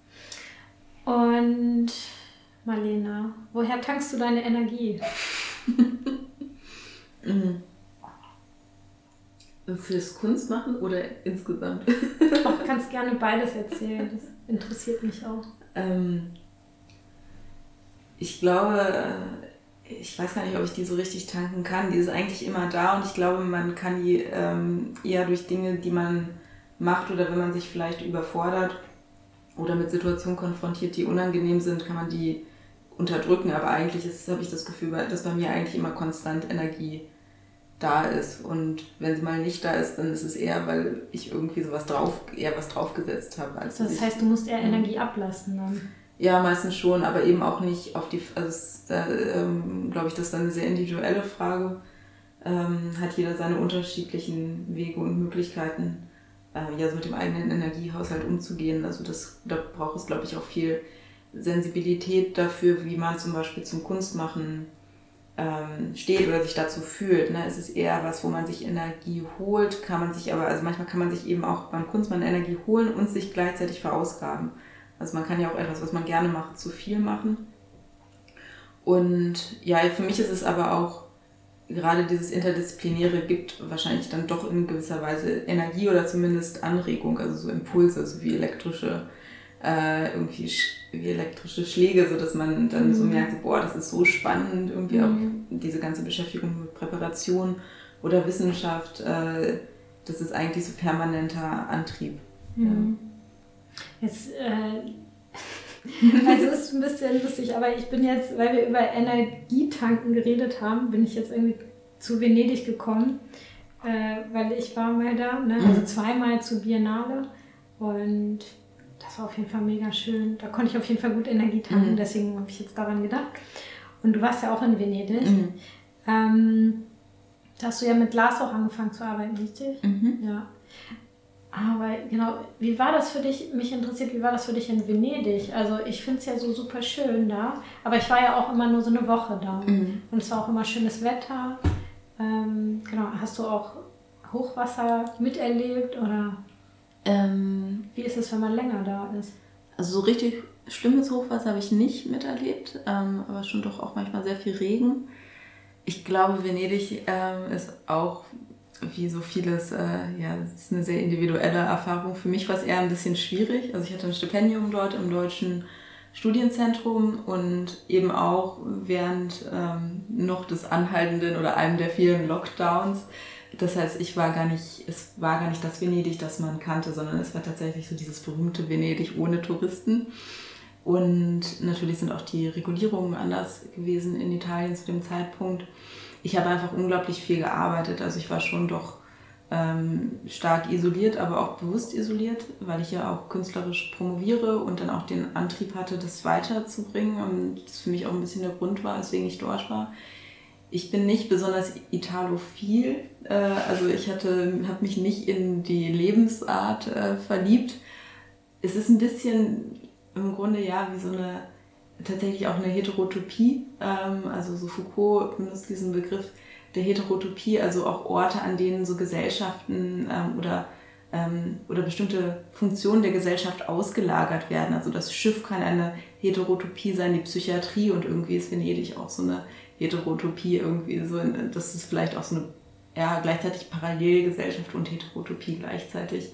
Und Marlene, woher tankst du deine Energie? mhm. Fürs Kunstmachen oder insgesamt? Du kannst gerne beides erzählen, das interessiert mich auch. Ähm, ich glaube, ich weiß gar nicht, ob ich die so richtig tanken kann. Die ist eigentlich immer da und ich glaube, man kann die ähm, eher durch Dinge, die man macht oder wenn man sich vielleicht überfordert oder mit Situationen konfrontiert, die unangenehm sind, kann man die unterdrücken. Aber eigentlich habe ich das Gefühl, dass bei mir eigentlich immer konstant Energie da ist. Und wenn sie mal nicht da ist, dann ist es eher, weil ich irgendwie sowas drauf, eher was draufgesetzt habe. Als das heißt, ich, du musst eher Energie ablassen dann? Ja, meistens schon, aber eben auch nicht auf die, also es, da ähm, glaube ich, das ist dann eine sehr individuelle Frage. Ähm, hat jeder seine unterschiedlichen Wege und Möglichkeiten, äh, ja, so mit dem eigenen Energiehaushalt umzugehen. Also das, da braucht es, glaube ich, auch viel Sensibilität dafür, wie man zum Beispiel zum Kunstmachen ähm, steht oder sich dazu fühlt. Ne? Es ist eher was, wo man sich Energie holt, kann man sich aber, also manchmal kann man sich eben auch beim Kunstmachen Energie holen und sich gleichzeitig verausgaben. Also man kann ja auch etwas, was man gerne macht, zu viel machen. Und ja, für mich ist es aber auch, gerade dieses Interdisziplinäre gibt wahrscheinlich dann doch in gewisser Weise Energie oder zumindest Anregung, also so Impulse, so wie elektrische, äh, irgendwie sch- wie elektrische Schläge, sodass man dann mhm. so merkt, so, boah, das ist so spannend, irgendwie mhm. auch diese ganze Beschäftigung mit Präparation oder Wissenschaft, äh, das ist eigentlich so permanenter Antrieb. Mhm. Ja. Jetzt, äh, also es ist ein bisschen lustig, aber ich bin jetzt, weil wir über Energietanken geredet haben, bin ich jetzt irgendwie zu Venedig gekommen, äh, weil ich war mal da, ne? Also zweimal zur Biennale und das war auf jeden Fall mega schön. Da konnte ich auf jeden Fall gut Energie tanken, mhm. deswegen habe ich jetzt daran gedacht. Und du warst ja auch in Venedig. Mhm. Ähm, da hast du ja mit Glas auch angefangen zu arbeiten, richtig? Mhm. Ja. Aber genau, wie war das für dich, mich interessiert, wie war das für dich in Venedig? Also ich finde es ja so super schön da, aber ich war ja auch immer nur so eine Woche da. Mhm. Und es war auch immer schönes Wetter. Ähm, genau, hast du auch Hochwasser miterlebt oder ähm, wie ist es, wenn man länger da ist? Also so richtig schlimmes Hochwasser habe ich nicht miterlebt, ähm, aber schon doch auch manchmal sehr viel Regen. Ich glaube, Venedig ähm, ist auch wie so vieles, äh, ja, es ist eine sehr individuelle Erfahrung. Für mich war es eher ein bisschen schwierig. Also ich hatte ein Stipendium dort im deutschen Studienzentrum und eben auch während ähm, noch des anhaltenden oder einem der vielen Lockdowns. Das heißt, ich war gar nicht, es war gar nicht das Venedig, das man kannte, sondern es war tatsächlich so dieses berühmte Venedig ohne Touristen. Und natürlich sind auch die Regulierungen anders gewesen in Italien zu dem Zeitpunkt. Ich habe einfach unglaublich viel gearbeitet, also ich war schon doch ähm, stark isoliert, aber auch bewusst isoliert, weil ich ja auch künstlerisch promoviere und dann auch den Antrieb hatte, das weiterzubringen und das für mich auch ein bisschen der Grund war, weswegen ich dort war. Ich bin nicht besonders italophil, äh, also ich hatte, habe mich nicht in die Lebensart äh, verliebt. Es ist ein bisschen im Grunde ja wie so eine tatsächlich auch eine Heterotopie, ähm, also so Foucault benutzt diesen Begriff der Heterotopie, also auch Orte, an denen so Gesellschaften ähm, oder, ähm, oder bestimmte Funktionen der Gesellschaft ausgelagert werden. Also das Schiff kann eine Heterotopie sein, die Psychiatrie, und irgendwie ist Venedig auch so eine Heterotopie, irgendwie so, das ist vielleicht auch so eine ja, gleichzeitig Parallelgesellschaft und Heterotopie gleichzeitig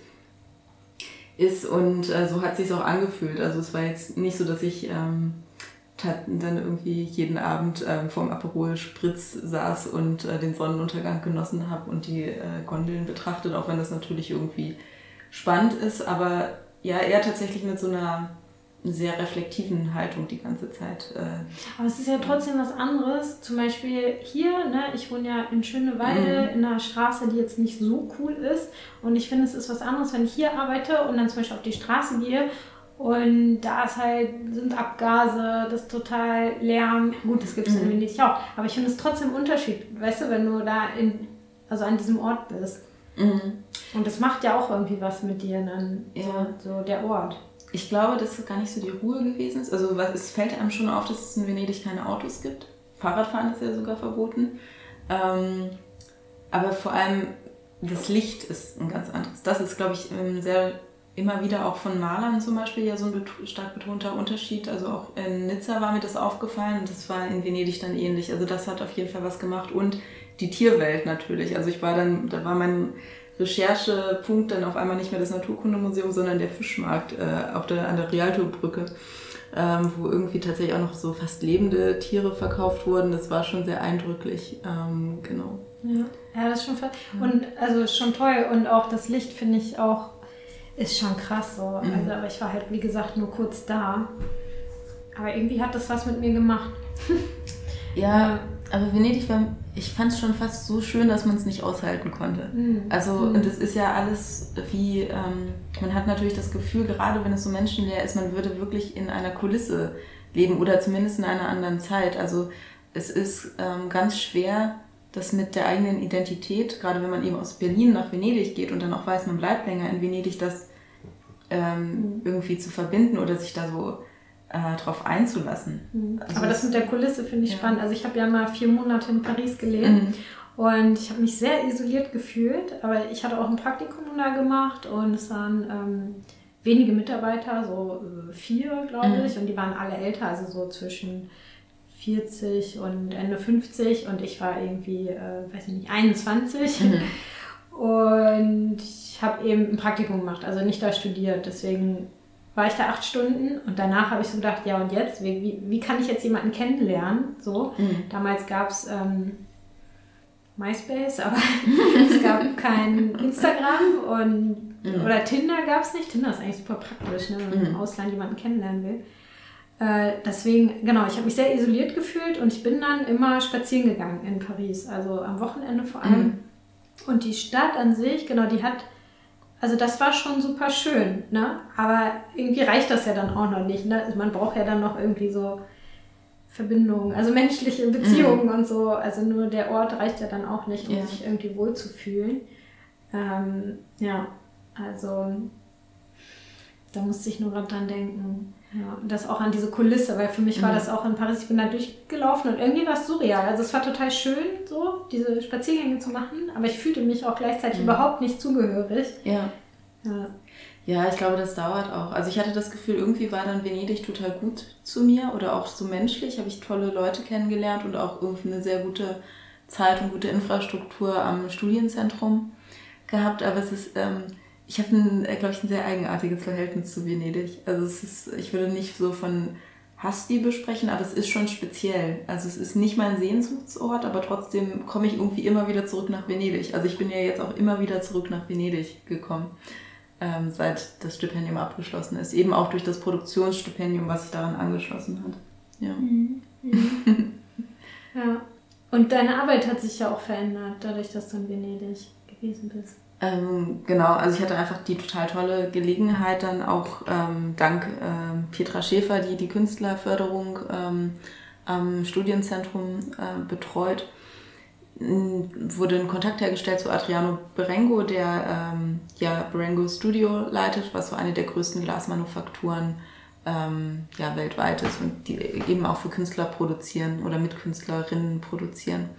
ist, und äh, so hat es sich auch angefühlt. Also es war jetzt nicht so, dass ich ähm, dann irgendwie jeden Abend ähm, vorm Aperol Spritz saß und äh, den Sonnenuntergang genossen habe und die äh, Gondeln betrachtet, auch wenn das natürlich irgendwie spannend ist, aber ja, eher tatsächlich mit so einer sehr reflektiven Haltung die ganze Zeit. Äh, aber es ist ja trotzdem was anderes. Zum Beispiel hier, ne, ich wohne ja in Schöneweide, mhm. in einer Straße, die jetzt nicht so cool ist, und ich finde, es ist was anderes, wenn ich hier arbeite und dann zum Beispiel auf die Straße gehe. Und da ist halt, sind Abgase, das ist total Lärm. Gut, das gibt es mhm. in Venedig auch. Aber ich finde es trotzdem ein Unterschied, weißt du, wenn du da in, also an diesem Ort bist. Mhm. Und das macht ja auch irgendwie was mit dir dann, ja. so, so der Ort. Ich glaube, dass es gar nicht so die Ruhe gewesen ist. Also es fällt einem schon auf, dass es in Venedig keine Autos gibt. Fahrradfahren ist ja sogar verboten. Ähm, aber vor allem das Licht ist ein ganz anderes. Das ist, glaube ich, sehr... immer wieder auch von Malern zum Beispiel ja so ein stark betonter Unterschied. Also auch in Nizza war mir das aufgefallen und das war in Venedig dann ähnlich. Also das hat auf jeden Fall was gemacht und die Tierwelt natürlich. Also ich war dann, da war mein Recherchepunkt dann auf einmal nicht mehr das Naturkundemuseum, sondern der Fischmarkt äh, auf der, an der Rialto-Brücke, ähm, wo irgendwie tatsächlich auch noch so fast lebende Tiere verkauft wurden. Das war schon sehr eindrücklich, ähm, genau. Ja. ja, das ist schon, und also schon toll und auch das Licht finde ich auch, ist schon krass so. Mhm. Also, aber ich war halt, wie gesagt, nur kurz da. Aber irgendwie hat das was mit mir gemacht. Ja, aber Venedig war, ich fand es schon fast so schön, dass man es nicht aushalten konnte. Mhm. Also, mhm. und es ist ja alles wie, ähm, man hat natürlich das Gefühl, gerade wenn es so menschenleer ist, man würde wirklich in einer Kulisse leben oder zumindest in einer anderen Zeit. Also es ist ähm, ganz schwer, das mit der eigenen Identität, gerade wenn man eben aus Berlin nach Venedig geht und dann auch weiß, man bleibt länger in Venedig, das ähm, mhm. irgendwie zu verbinden oder sich da so Äh, drauf einzulassen. Mhm. Also aber das mit der Kulisse finde ich ja. spannend. Also ich habe ja mal vier Monate in Paris gelebt mhm. und ich habe mich sehr isoliert gefühlt, aber ich hatte auch ein Praktikum da gemacht und es waren ähm, wenige Mitarbeiter, so äh, vier glaube mhm. ich, und die waren alle älter, also so zwischen vierzig und Ende fünfzig und ich war irgendwie, äh, weiß ich nicht, einundzwanzig mhm. und ich habe eben ein Praktikum gemacht, also nicht da studiert, deswegen war ich da acht Stunden und danach habe ich so gedacht, ja und jetzt, wie, wie, wie kann ich jetzt jemanden kennenlernen? So. Mhm. Damals gab es ähm, MySpace, aber es gab kein Instagram und, mhm. oder Tinder gab es nicht. Tinder ist eigentlich super praktisch, ne, wenn man mhm. im Ausland jemanden kennenlernen will. Äh, deswegen, genau, ich habe mich sehr isoliert gefühlt und ich bin dann immer spazieren gegangen in Paris, also am Wochenende vor allem. Mhm. Und die Stadt an sich, genau, die hat Also das war schon super schön, ne? Aber irgendwie reicht das ja dann auch noch nicht, ne? Also man braucht ja dann noch irgendwie so Verbindungen, also menschliche Beziehungen mhm. und so. Also nur der Ort reicht ja dann auch nicht, um ja. sich irgendwie wohlzufühlen. Ähm, ja, also da musste ich nur gerade dran denken. Ja, und das auch an diese Kulisse, weil für mich war mhm. das auch in Paris, ich bin da durchgelaufen und irgendwie war es surreal. Also es war total schön, so diese Spaziergänge zu machen, aber ich fühlte mich auch gleichzeitig mhm. überhaupt nicht zugehörig. Ja. Ja. Ja, ich glaube, das dauert auch. Also ich hatte das Gefühl, irgendwie war dann Venedig total gut zu mir oder auch so menschlich, habe ich tolle Leute kennengelernt und auch irgendwie eine sehr gute Zeit und gute Infrastruktur am Studienzentrum gehabt, aber es ist... Ähm, Ich habe, glaube ich, ein sehr eigenartiges Verhältnis zu Venedig. Also es ist, ich würde nicht so von Hassliebe sprechen, aber es ist schon speziell. Also es ist nicht mein Sehnsuchtsort, aber trotzdem komme ich irgendwie immer wieder zurück nach Venedig. Also ich bin ja jetzt auch immer wieder zurück nach Venedig gekommen, ähm, seit das Stipendium abgeschlossen ist. Eben auch durch das Produktionsstipendium, was sich daran angeschlossen hat. Ja. Mhm. Mhm. Ja. Und deine Arbeit hat sich ja auch verändert, dadurch, dass du in Venedig gewesen bist. Ähm, genau, also ich hatte einfach die total tolle Gelegenheit dann auch ähm, dank ähm, Petra Schäfer, die die Künstlerförderung ähm, am Studienzentrum äh, betreut, m, wurde ein Kontakt hergestellt zu Adriano Berengo, der ähm, ja Berengo Studio leitet, was so eine der größten Glasmanufakturen ähm, ja, weltweit ist und die eben auch für Künstler produzieren oder mit Künstlerinnen produzieren.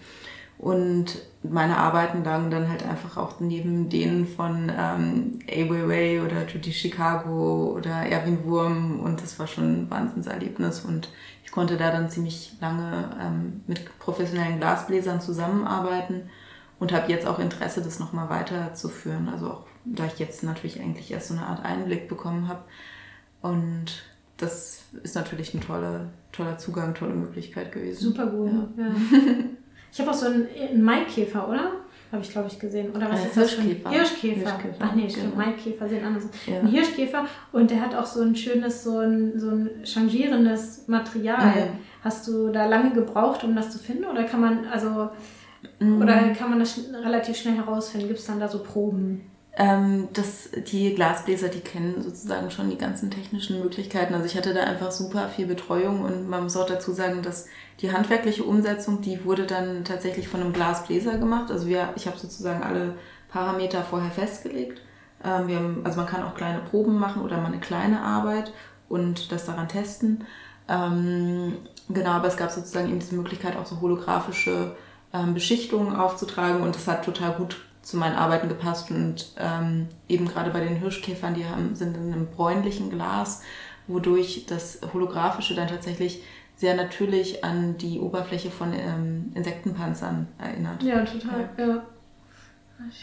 Und meine Arbeiten lagen dann halt einfach auch neben denen von ähm, Ai Weiwei oder Judy Chicago oder Erwin Wurm und das war schon ein Wahnsinnserlebnis und ich konnte da dann ziemlich lange ähm, mit professionellen Glasbläsern zusammenarbeiten und habe jetzt auch Interesse, das nochmal weiterzuführen. Also auch, da ich jetzt natürlich eigentlich erst so eine Art Einblick bekommen habe und das ist natürlich ein toller, toller Zugang, tolle Möglichkeit gewesen. Super gut, ja. ja. Ich habe auch so einen, einen Maikäfer, oder? Habe ich, glaube ich, gesehen. Oder was äh, ist das? Hirschkäfer. Hirschkäfer. Hirschkäfer. Ach nee, stimmt. Genau. Maikäfer sehen anders. Ja. Ein Hirschkäfer und der hat auch so ein schönes, so ein, so ein changierendes Material. Mhm. Hast du da lange gebraucht, um das zu finden? Oder kann man, also, mhm. oder kann man das relativ schnell herausfinden? Gibt es dann da so Proben? Ähm, das, die Glasbläser, die kennen sozusagen schon die ganzen technischen Möglichkeiten. Also ich hatte da einfach super viel Betreuung und man muss auch dazu sagen, dass die handwerkliche Umsetzung, die wurde dann tatsächlich von einem Glasbläser gemacht. Also wir, ich habe sozusagen alle Parameter vorher festgelegt. Ähm, wir haben, also man kann auch kleine Proben machen oder mal eine kleine Arbeit und das daran testen. Ähm, genau, aber es gab sozusagen eben diese Möglichkeit, auch so holographische ähm, Beschichtungen aufzutragen und das hat total gut zu meinen Arbeiten gepasst und ähm, eben gerade bei den Hirschkäfern, die haben, sind in einem bräunlichen Glas, wodurch das Holographische dann tatsächlich sehr natürlich an die Oberfläche von ähm, Insektenpanzern erinnert. Ja, total, ja. ja. Ah, schön.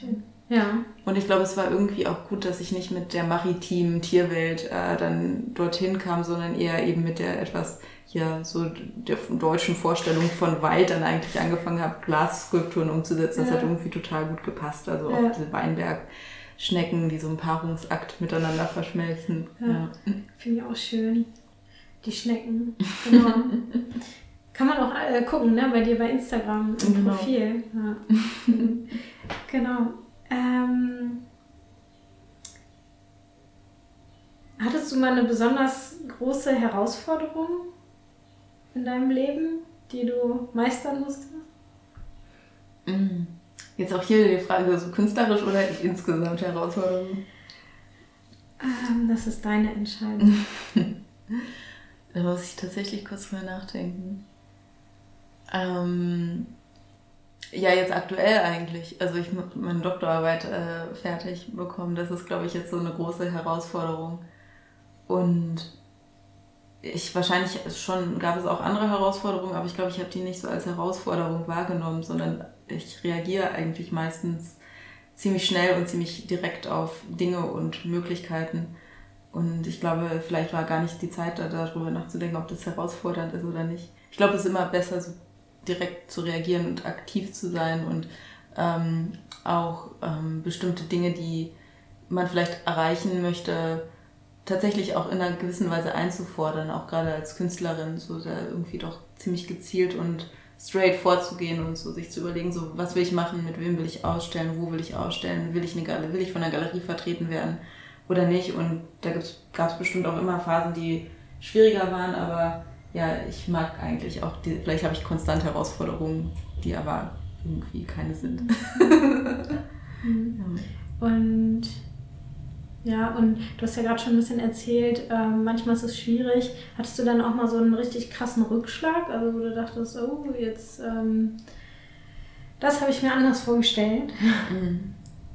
Ja. Und ich glaube, es war irgendwie auch gut, dass ich nicht mit der maritimen Tierwelt äh, dann dorthin kam, sondern eher eben mit der etwas, ja, so der deutschen Vorstellung von Wald dann eigentlich angefangen habe, Glasskulpturen umzusetzen. Das ja. hat irgendwie total gut gepasst. Also ja. auch diese Weinbergschnecken, die so im Paarungsakt miteinander verschmelzen. Ja. Ja. Finde ich auch schön. Die Schnecken. Genau. Kann man auch äh, gucken, ne, bei dir bei Instagram im genau. Profil. Ja. Genau. Ähm, hattest du mal eine besonders große Herausforderung in deinem Leben, die du meistern musstest? Jetzt auch hier die Frage, so künstlerisch oder insgesamt Herausforderung? Ähm, das ist deine Entscheidung. Da muss ich tatsächlich kurz mal nachdenken. Ähm, ja, jetzt aktuell eigentlich. Also ich muss meine Doktorarbeit äh, fertig bekommen. Das ist, glaube ich, jetzt so eine große Herausforderung. Und ich wahrscheinlich schon gab es auch andere Herausforderungen, aber ich glaube, ich habe die nicht so als Herausforderung wahrgenommen, sondern ich reagiere eigentlich meistens ziemlich schnell und ziemlich direkt auf Dinge und Möglichkeiten. Und ich glaube, vielleicht war gar nicht die Zeit da, darüber nachzudenken, ob das herausfordernd ist oder nicht. Ich glaube, es ist immer besser, so direkt zu reagieren und aktiv zu sein und ähm, auch ähm, bestimmte Dinge, die man vielleicht erreichen möchte, tatsächlich auch in einer gewissen Weise einzufordern, auch gerade als Künstlerin, so da irgendwie doch ziemlich gezielt und straight vorzugehen und so sich zu überlegen, so was will ich machen, mit wem will ich ausstellen, wo will ich ausstellen, will ich eine Galerie, will ich von einer Galerie vertreten werden oder nicht. Und da gab es bestimmt auch immer Phasen, die schwieriger waren, aber ja, ich mag eigentlich auch, die, vielleicht habe ich konstant Herausforderungen, die aber irgendwie keine sind. Mhm. Ja. Und ja, und du hast ja gerade schon ein bisschen erzählt, ähm, manchmal ist es schwierig. Hattest du dann auch mal so einen richtig krassen Rückschlag, also wo du dachtest, oh, jetzt, ähm, das habe ich mir anders vorgestellt? Mhm.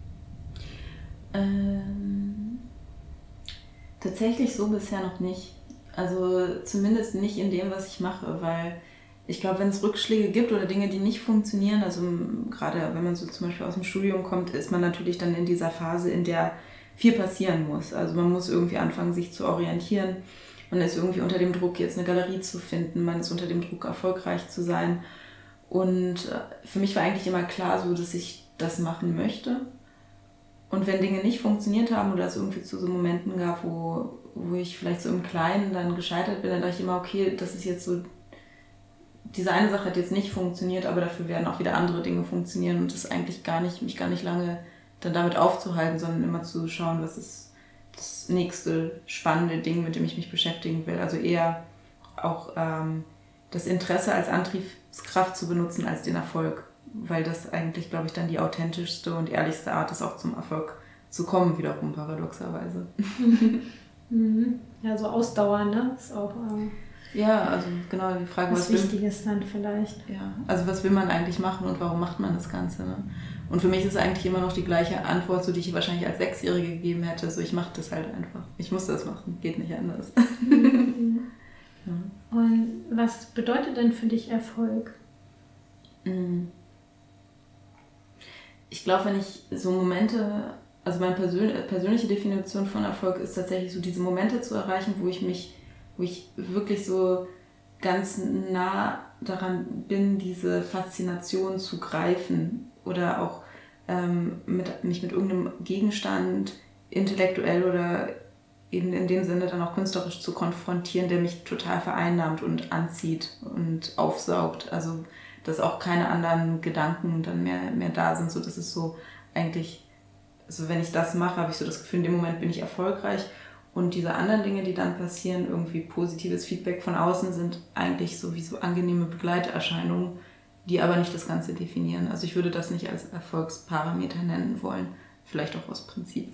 Ähm, tatsächlich so bisher noch nicht. Also zumindest nicht in dem, was ich mache, weil ich glaube, wenn es Rückschläge gibt oder Dinge, die nicht funktionieren, also gerade wenn man so zum Beispiel aus dem Studium kommt, ist man natürlich dann in dieser Phase, in der viel passieren muss. Also man muss irgendwie anfangen, sich zu orientieren. Man ist irgendwie unter dem Druck, jetzt eine Galerie zu finden. Man ist unter dem Druck, erfolgreich zu sein. Und für mich war eigentlich immer klar so, dass ich das machen möchte. Und wenn Dinge nicht funktioniert haben oder es irgendwie zu so Momenten gab, wo, wo ich vielleicht so im Kleinen dann gescheitert bin, dann dachte ich immer, okay, das ist jetzt so, diese eine Sache hat jetzt nicht funktioniert, aber dafür werden auch wieder andere Dinge funktionieren und das eigentlich gar nicht, mich gar nicht lange dann damit aufzuhalten, sondern immer zu schauen, was ist das nächste spannende Ding, mit dem ich mich beschäftigen will. Also eher auch ähm, das Interesse als Antriebskraft zu benutzen als den Erfolg, weil das eigentlich, glaube ich, dann die authentischste und ehrlichste Art ist, auch zum Erfolg zu kommen, wiederum paradoxerweise. Mhm. Ja, so Ausdauer, ne? Ist auch äh, ja, also genau die Frage, was, was Wichtiges will, dann vielleicht. Ja, also was will man eigentlich machen und warum macht man das Ganze, ne? Und für mich ist eigentlich immer noch die gleiche Antwort, so die ich wahrscheinlich als Sechsjährige gegeben hätte. So, ich mache das halt einfach. Ich muss das machen, geht nicht anders. Mhm. Ja. Und was bedeutet denn für dich Erfolg? Ich glaube, wenn ich so Momente, also meine persön- persönliche Definition von Erfolg ist tatsächlich so, diese Momente zu erreichen, wo ich mich, wo ich wirklich so ganz nah daran bin, diese Faszination zu greifen. Oder auch ähm, mit, mich mit irgendeinem Gegenstand intellektuell oder eben in dem Sinne dann auch künstlerisch zu konfrontieren, der mich total vereinnahmt und anzieht und aufsaugt. Also dass auch keine anderen Gedanken dann mehr, mehr da sind. So, das ist so eigentlich, also wenn ich das mache, habe ich so das Gefühl, in dem Moment bin ich erfolgreich. Und diese anderen Dinge, die dann passieren, irgendwie positives Feedback von außen, sind eigentlich so wie so angenehme Begleiterscheinungen, die aber nicht das Ganze definieren. Also ich würde das nicht als Erfolgsparameter nennen wollen. Vielleicht auch aus Prinzip.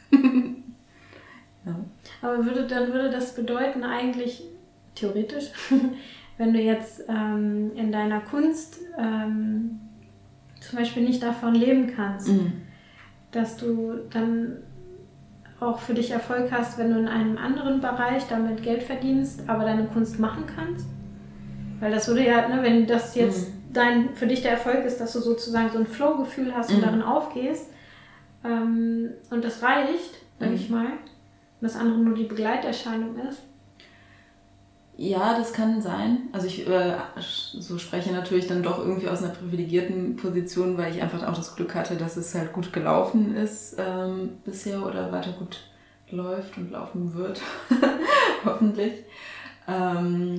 Ja. Aber würde, dann würde das bedeuten eigentlich, theoretisch, wenn du jetzt ähm, in deiner Kunst ähm, zum Beispiel nicht davon leben kannst, mhm. dass du dann auch für dich Erfolg hast, wenn du in einem anderen Bereich damit Geld verdienst, aber deine Kunst machen kannst? Weil das würde ja, ne, wenn das jetzt mhm. dein, für dich der Erfolg ist, dass du sozusagen so ein Flow-Gefühl hast und mhm. darin aufgehst, ähm, und das reicht, sag Mhm. ich mal, und das andere nur die Begleiterscheinung ist? Ja, das kann sein. Also ich äh, so spreche natürlich dann doch irgendwie aus einer privilegierten Position, weil ich einfach auch das Glück hatte, dass es halt gut gelaufen ist ähm, bisher oder weiter gut läuft und laufen wird, hoffentlich. Ähm,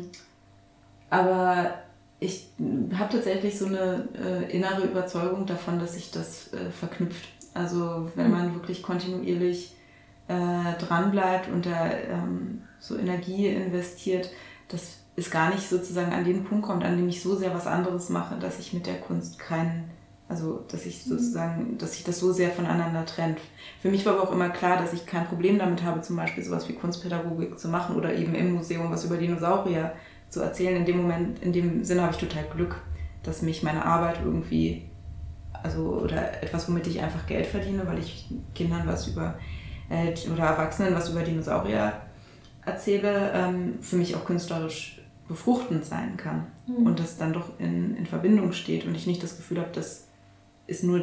aber ich habe tatsächlich so eine äh, innere Überzeugung davon, dass sich das äh, verknüpft. Also wenn man wirklich kontinuierlich äh, dranbleibt und da ähm, so Energie investiert, dass es gar nicht sozusagen an den Punkt kommt, an dem ich so sehr was anderes mache, dass ich mit der Kunst keinen, also dass ich sozusagen, dass sich das so sehr voneinander trennt. Für mich war aber auch immer klar, dass ich kein Problem damit habe, zum Beispiel sowas wie Kunstpädagogik zu machen oder eben im Museum was über Dinosaurier zu erzählen. In dem Moment, in dem Sinne habe ich total Glück, dass mich meine Arbeit irgendwie, also oder etwas, womit ich einfach Geld verdiene, weil ich Kindern was über äh, oder Erwachsenen was über Dinosaurier erzähle, ähm, für mich auch künstlerisch befruchtend sein kann mhm. und das dann doch in, in Verbindung steht und ich nicht das Gefühl habe, das ist nur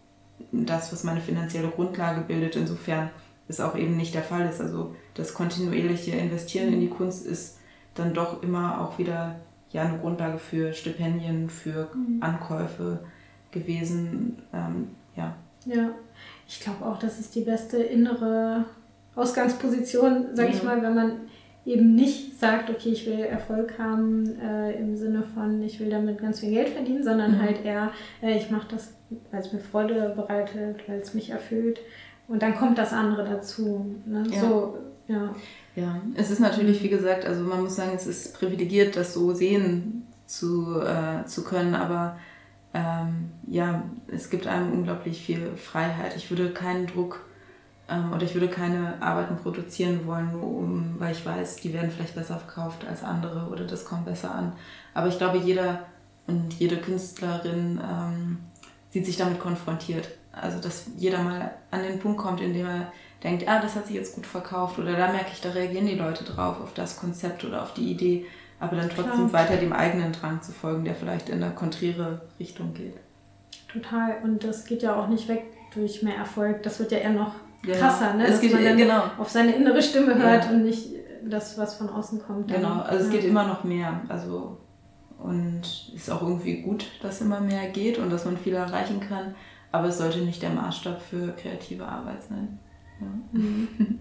das, was meine finanzielle Grundlage bildet. Insofern es auch eben nicht der Fall ist. Also das kontinuierliche Investieren mhm. in die Kunst ist dann doch immer auch wieder ja, eine Grundlage für Stipendien, für mhm. Ankäufe gewesen. Ähm, ja. ja, ich glaube auch, das ist die beste innere Ausgangsposition, sag ich mal, wenn man eben nicht sagt, okay, ich will Erfolg haben äh, im Sinne von, ich will damit ganz viel Geld verdienen, sondern mhm. halt eher, äh, ich mache das, weil es mir Freude bereitet, weil es mich erfüllt und dann kommt das andere dazu. Ne? Ja. So, ja. Ja, es ist natürlich, wie gesagt, also man muss sagen, es ist privilegiert, das so sehen zu, äh, zu können, aber ähm, ja, es gibt einem unglaublich viel Freiheit. Ich würde keinen Druck oder ich würde keine Arbeiten produzieren wollen, nur um, weil ich weiß, die werden vielleicht besser verkauft als andere oder das kommt besser an. Aber ich glaube, jeder und jede Künstlerin ähm, sieht sich damit konfrontiert. Also, dass jeder mal an den Punkt kommt, in dem er denkt, ah, das hat sich jetzt gut verkauft oder da merke ich, da reagieren die Leute drauf, auf das Konzept oder auf die Idee, aber dann trotzdem Klar. weiter dem eigenen Drang zu folgen, der vielleicht in eine konträre Richtung geht. Total. Und das geht ja auch nicht weg durch mehr Erfolg. Das wird ja eher noch krasser, genau. ne? Es dass geht, man dann genau. auf seine innere Stimme hört ja. und nicht das, was von außen kommt. Dann. Genau, also es ja. geht immer noch mehr. Also, und es ist auch irgendwie gut, dass immer mehr geht und dass man viel erreichen kann, aber es sollte nicht der Maßstab für kreative Arbeit sein. Ja, mhm.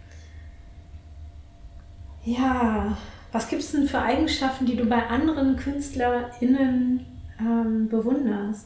ja. Was gibt es denn für Eigenschaften, die du bei anderen KünstlerInnen ähm, bewunderst?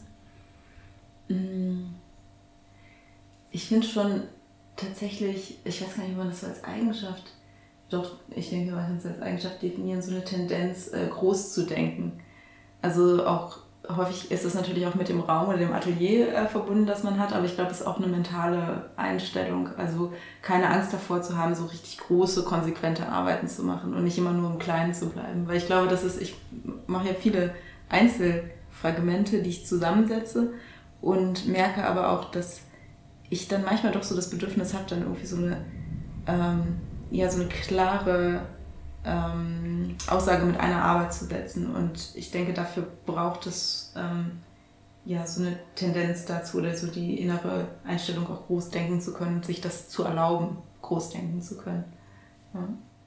Ich finde schon tatsächlich, ich weiß gar nicht, ob man das so als Eigenschaft, doch, ich denke, man kann es als Eigenschaft definieren, so eine Tendenz, äh, groß zu denken. Also auch häufig ist es natürlich auch mit dem Raum oder dem Atelier äh, verbunden, das man hat, aber ich glaube, es ist auch eine mentale Einstellung. Also keine Angst davor zu haben, so richtig große, konsequente Arbeiten zu machen und nicht immer nur im Kleinen zu bleiben. Weil ich glaube, das ist, ich mache ja viele Einzelfragmente, die ich zusammensetze und merke aber auch, dass ich dann manchmal doch so das Bedürfnis habe, dann irgendwie so eine, ähm, ja, so eine klare ähm, Aussage mit einer Arbeit zu setzen. Und ich denke, dafür braucht es ähm, ja, so eine Tendenz dazu oder so die innere Einstellung, auch groß denken zu können, sich das zu erlauben, groß denken zu können. Ja.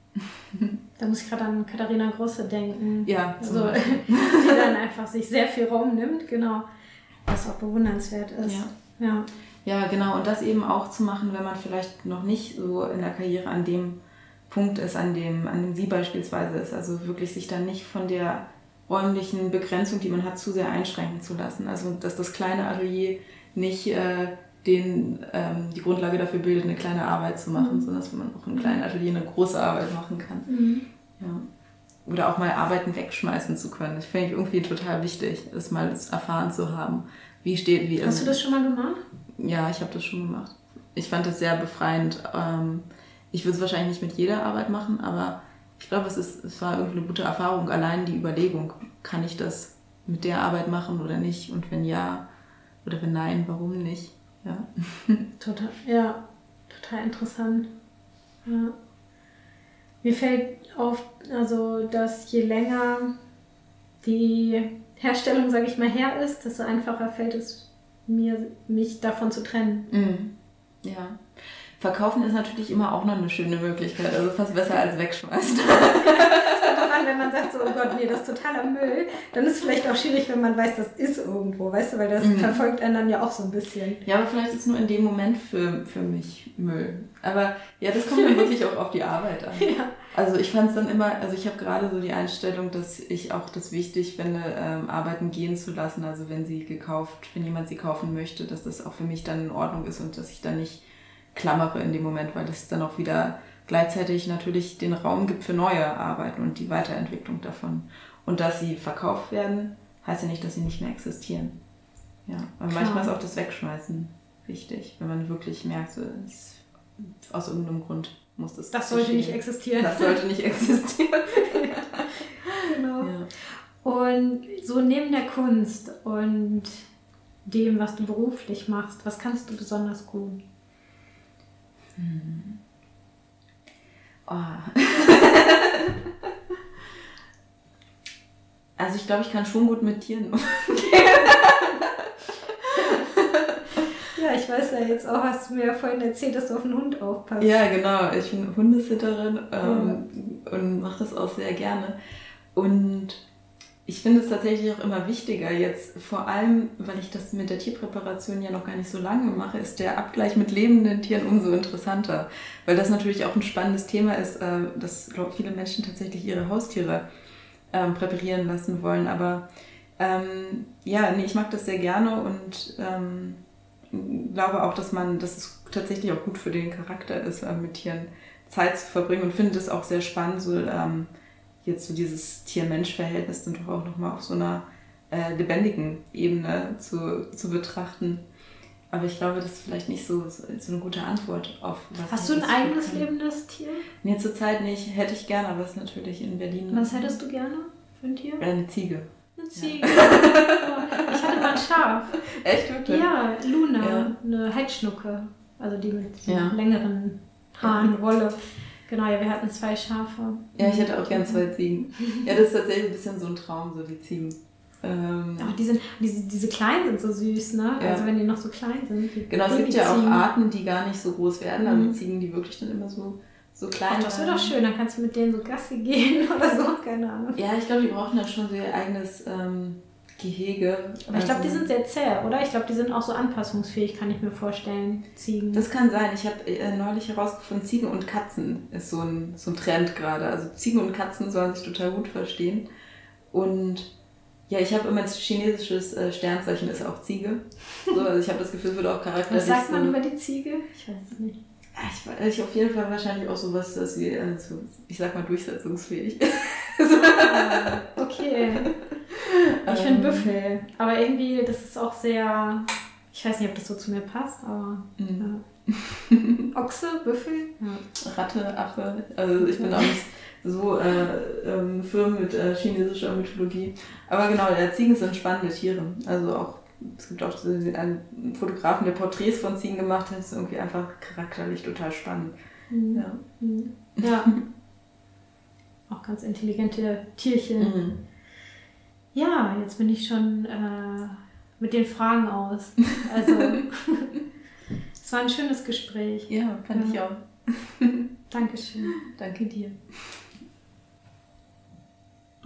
Da muss ich gerade an Katharina Grosse denken. Ja, also, die dann einfach sich sehr viel Raum nimmt, genau, was auch bewundernswert ist. Ja. Ja. Ja, genau. Und das eben auch zu machen, wenn man vielleicht noch nicht so in der Karriere an dem Punkt ist, an dem, an dem sie beispielsweise ist. Also wirklich sich dann nicht von der räumlichen Begrenzung, die man hat, zu sehr einschränken zu lassen. Also dass das kleine Atelier nicht äh, den, ähm, die Grundlage dafür bildet, eine kleine Arbeit zu machen, mhm. sondern dass man auch im kleinen Atelier eine große Arbeit machen kann. Mhm. Ja. Oder auch mal Arbeiten wegschmeißen zu können. Das finde ich irgendwie total wichtig, das mal erfahren zu haben. Wie steht, wie Hast du das schon mal gemacht? Ja, ich habe das schon gemacht. Ich fand das sehr befreiend. Ich würde es wahrscheinlich nicht mit jeder Arbeit machen, aber ich glaube, es, ist, es war irgendwie eine gute Erfahrung. Allein die Überlegung, kann ich das mit der Arbeit machen oder nicht? Und wenn ja oder wenn nein, warum nicht? Ja, total, ja, total interessant. Ja. Mir fällt auf, also, dass je länger die Herstellung, sage ich mal, her ist, desto einfacher fällt es mir, mich davon zu trennen. Mhm. Ja. Verkaufen ist natürlich immer auch noch eine schöne Möglichkeit, also fast besser als wegschmeißen. Wenn man sagt, so, oh Gott, nee, das ist totaler Müll, dann ist es vielleicht auch schwierig, wenn man weiß, das ist irgendwo, weißt du, weil das mhm. verfolgt einen dann ja auch so ein bisschen. Ja, aber vielleicht ist es nur in dem Moment für, für mich Müll. Aber ja, das kommt dann wirklich auch auf die Arbeit an. Ja. Also ich fand es dann immer, also ich habe gerade so die Einstellung, dass ich auch das wichtig finde, ähm, Arbeiten gehen zu lassen, also wenn sie gekauft, wenn jemand sie kaufen möchte, dass das auch für mich dann in Ordnung ist und dass ich dann nicht klammere in dem Moment, weil das dann auch wieder gleichzeitig natürlich den Raum gibt für neue Arbeiten und die Weiterentwicklung davon. Und dass sie verkauft werden, heißt ja nicht, dass sie nicht mehr existieren. Ja, aber manchmal ist auch das Wegschmeißen wichtig, wenn man wirklich merkt, so, es, aus irgendeinem Grund muss das Das sollte nicht existieren. Das sollte nicht existieren. Ja, genau. Ja. Und so neben der Kunst und dem, was du beruflich machst, was kannst du besonders gut? Hm. Oh. Also ich glaube, ich kann schon gut mit Tieren umgehen. Ja, ich weiß ja jetzt auch, hast du mir ja vorhin erzählt, dass du auf den Hund aufpasst. Ja, genau. Ich bin Hundesitterin ähm, ja. und mache das auch sehr gerne. Und ich finde es tatsächlich auch immer wichtiger jetzt, vor allem, weil ich das mit der Tierpräparation ja noch gar nicht so lange mache, ist der Abgleich mit lebenden Tieren umso interessanter. Weil das natürlich auch ein spannendes Thema ist, dass viele Menschen tatsächlich ihre Haustiere ähm, präparieren lassen wollen. Aber ähm, ja, nee, ich mag das sehr gerne und ähm, glaube auch, dass man, dass es tatsächlich auch gut für den Charakter ist, äh, mit Tieren Zeit zu verbringen und finde es auch sehr spannend, so ähm, jetzt so dieses Tier-Mensch-Verhältnis dann doch auch nochmal auf so einer äh, lebendigen Ebene zu, zu betrachten. Aber ich glaube, das ist vielleicht nicht so, so, so eine gute Antwort auf was. Hast du ein eigenes lebendes Tier? Nee, zurzeit nicht. Hätte ich gerne, aber es ist natürlich in Berlin. Was hättest du gerne für ein Tier? Eine Ziege. Eine Ziege. Ja. Ich hatte mal ein Schaf. Echt, wirklich? Ja, Luna, ja. Eine Heidschnucke. Also die mit so ja. längeren Haaren, ja. Wolle. Genau, ja, wir hatten zwei Schafe. Ja, ich hätte auch gern zwei Ziegen. Ja, das ist tatsächlich ein bisschen so ein Traum, so die Ziegen. Ähm, Ach, die sind, diese, diese kleinen sind so süß, ne? Ja. Also wenn die noch so klein sind. Genau, es gibt ja auch Arten, die gar nicht so groß werden, mhm. aber Ziegen, die wirklich dann immer so, so klein sind. Das wäre doch schön, dann kannst du mit denen so Gassi gehen oder so, keine Ahnung. Ja, ich glaube, die brauchen dann schon so ihr eigenes ähm, Gehege. Aber ich glaube, die sind sehr zäh, oder? Ich glaube, die sind auch so anpassungsfähig, kann ich mir vorstellen, Ziegen. Das kann sein. Ich habe äh, neulich herausgefunden, Ziegen und Katzen ist so ein, so ein Trend gerade. Also Ziegen und Katzen sollen sich total gut verstehen. Und ja, ich habe immer ein chinesisches äh, Sternzeichen, ist auch Ziege. So, also ich habe das Gefühl, es wird auch charakterlich. Was sagt man so, über die Ziege? Ich weiß es nicht. Ich, ich auf jeden Fall wahrscheinlich auch sowas, dass sie, also, ich sag mal, durchsetzungsfähig. Ah, okay. Ich finde Büffel, aber irgendwie, das ist auch sehr, ich weiß nicht, ob das so zu mir passt, aber mhm. ja. Ochse, Büffel, ja. Ratte, Affe, also ich bin auch nicht so äh, ähm, firm mit äh, chinesischer Mythologie, aber genau, ja, Ziegen sind spannende Tiere, also auch, es gibt auch so einen Fotografen, der Porträts von Ziegen gemacht hat, das ist irgendwie einfach charakterlich total spannend. Mhm. Ja. Mhm. Ja. Auch ganz intelligente Tierchen. Mhm. Ja, jetzt bin ich schon äh, mit den Fragen aus. Also, es war ein schönes Gespräch. Ja, fand ja. ich auch. Dankeschön. Danke dir.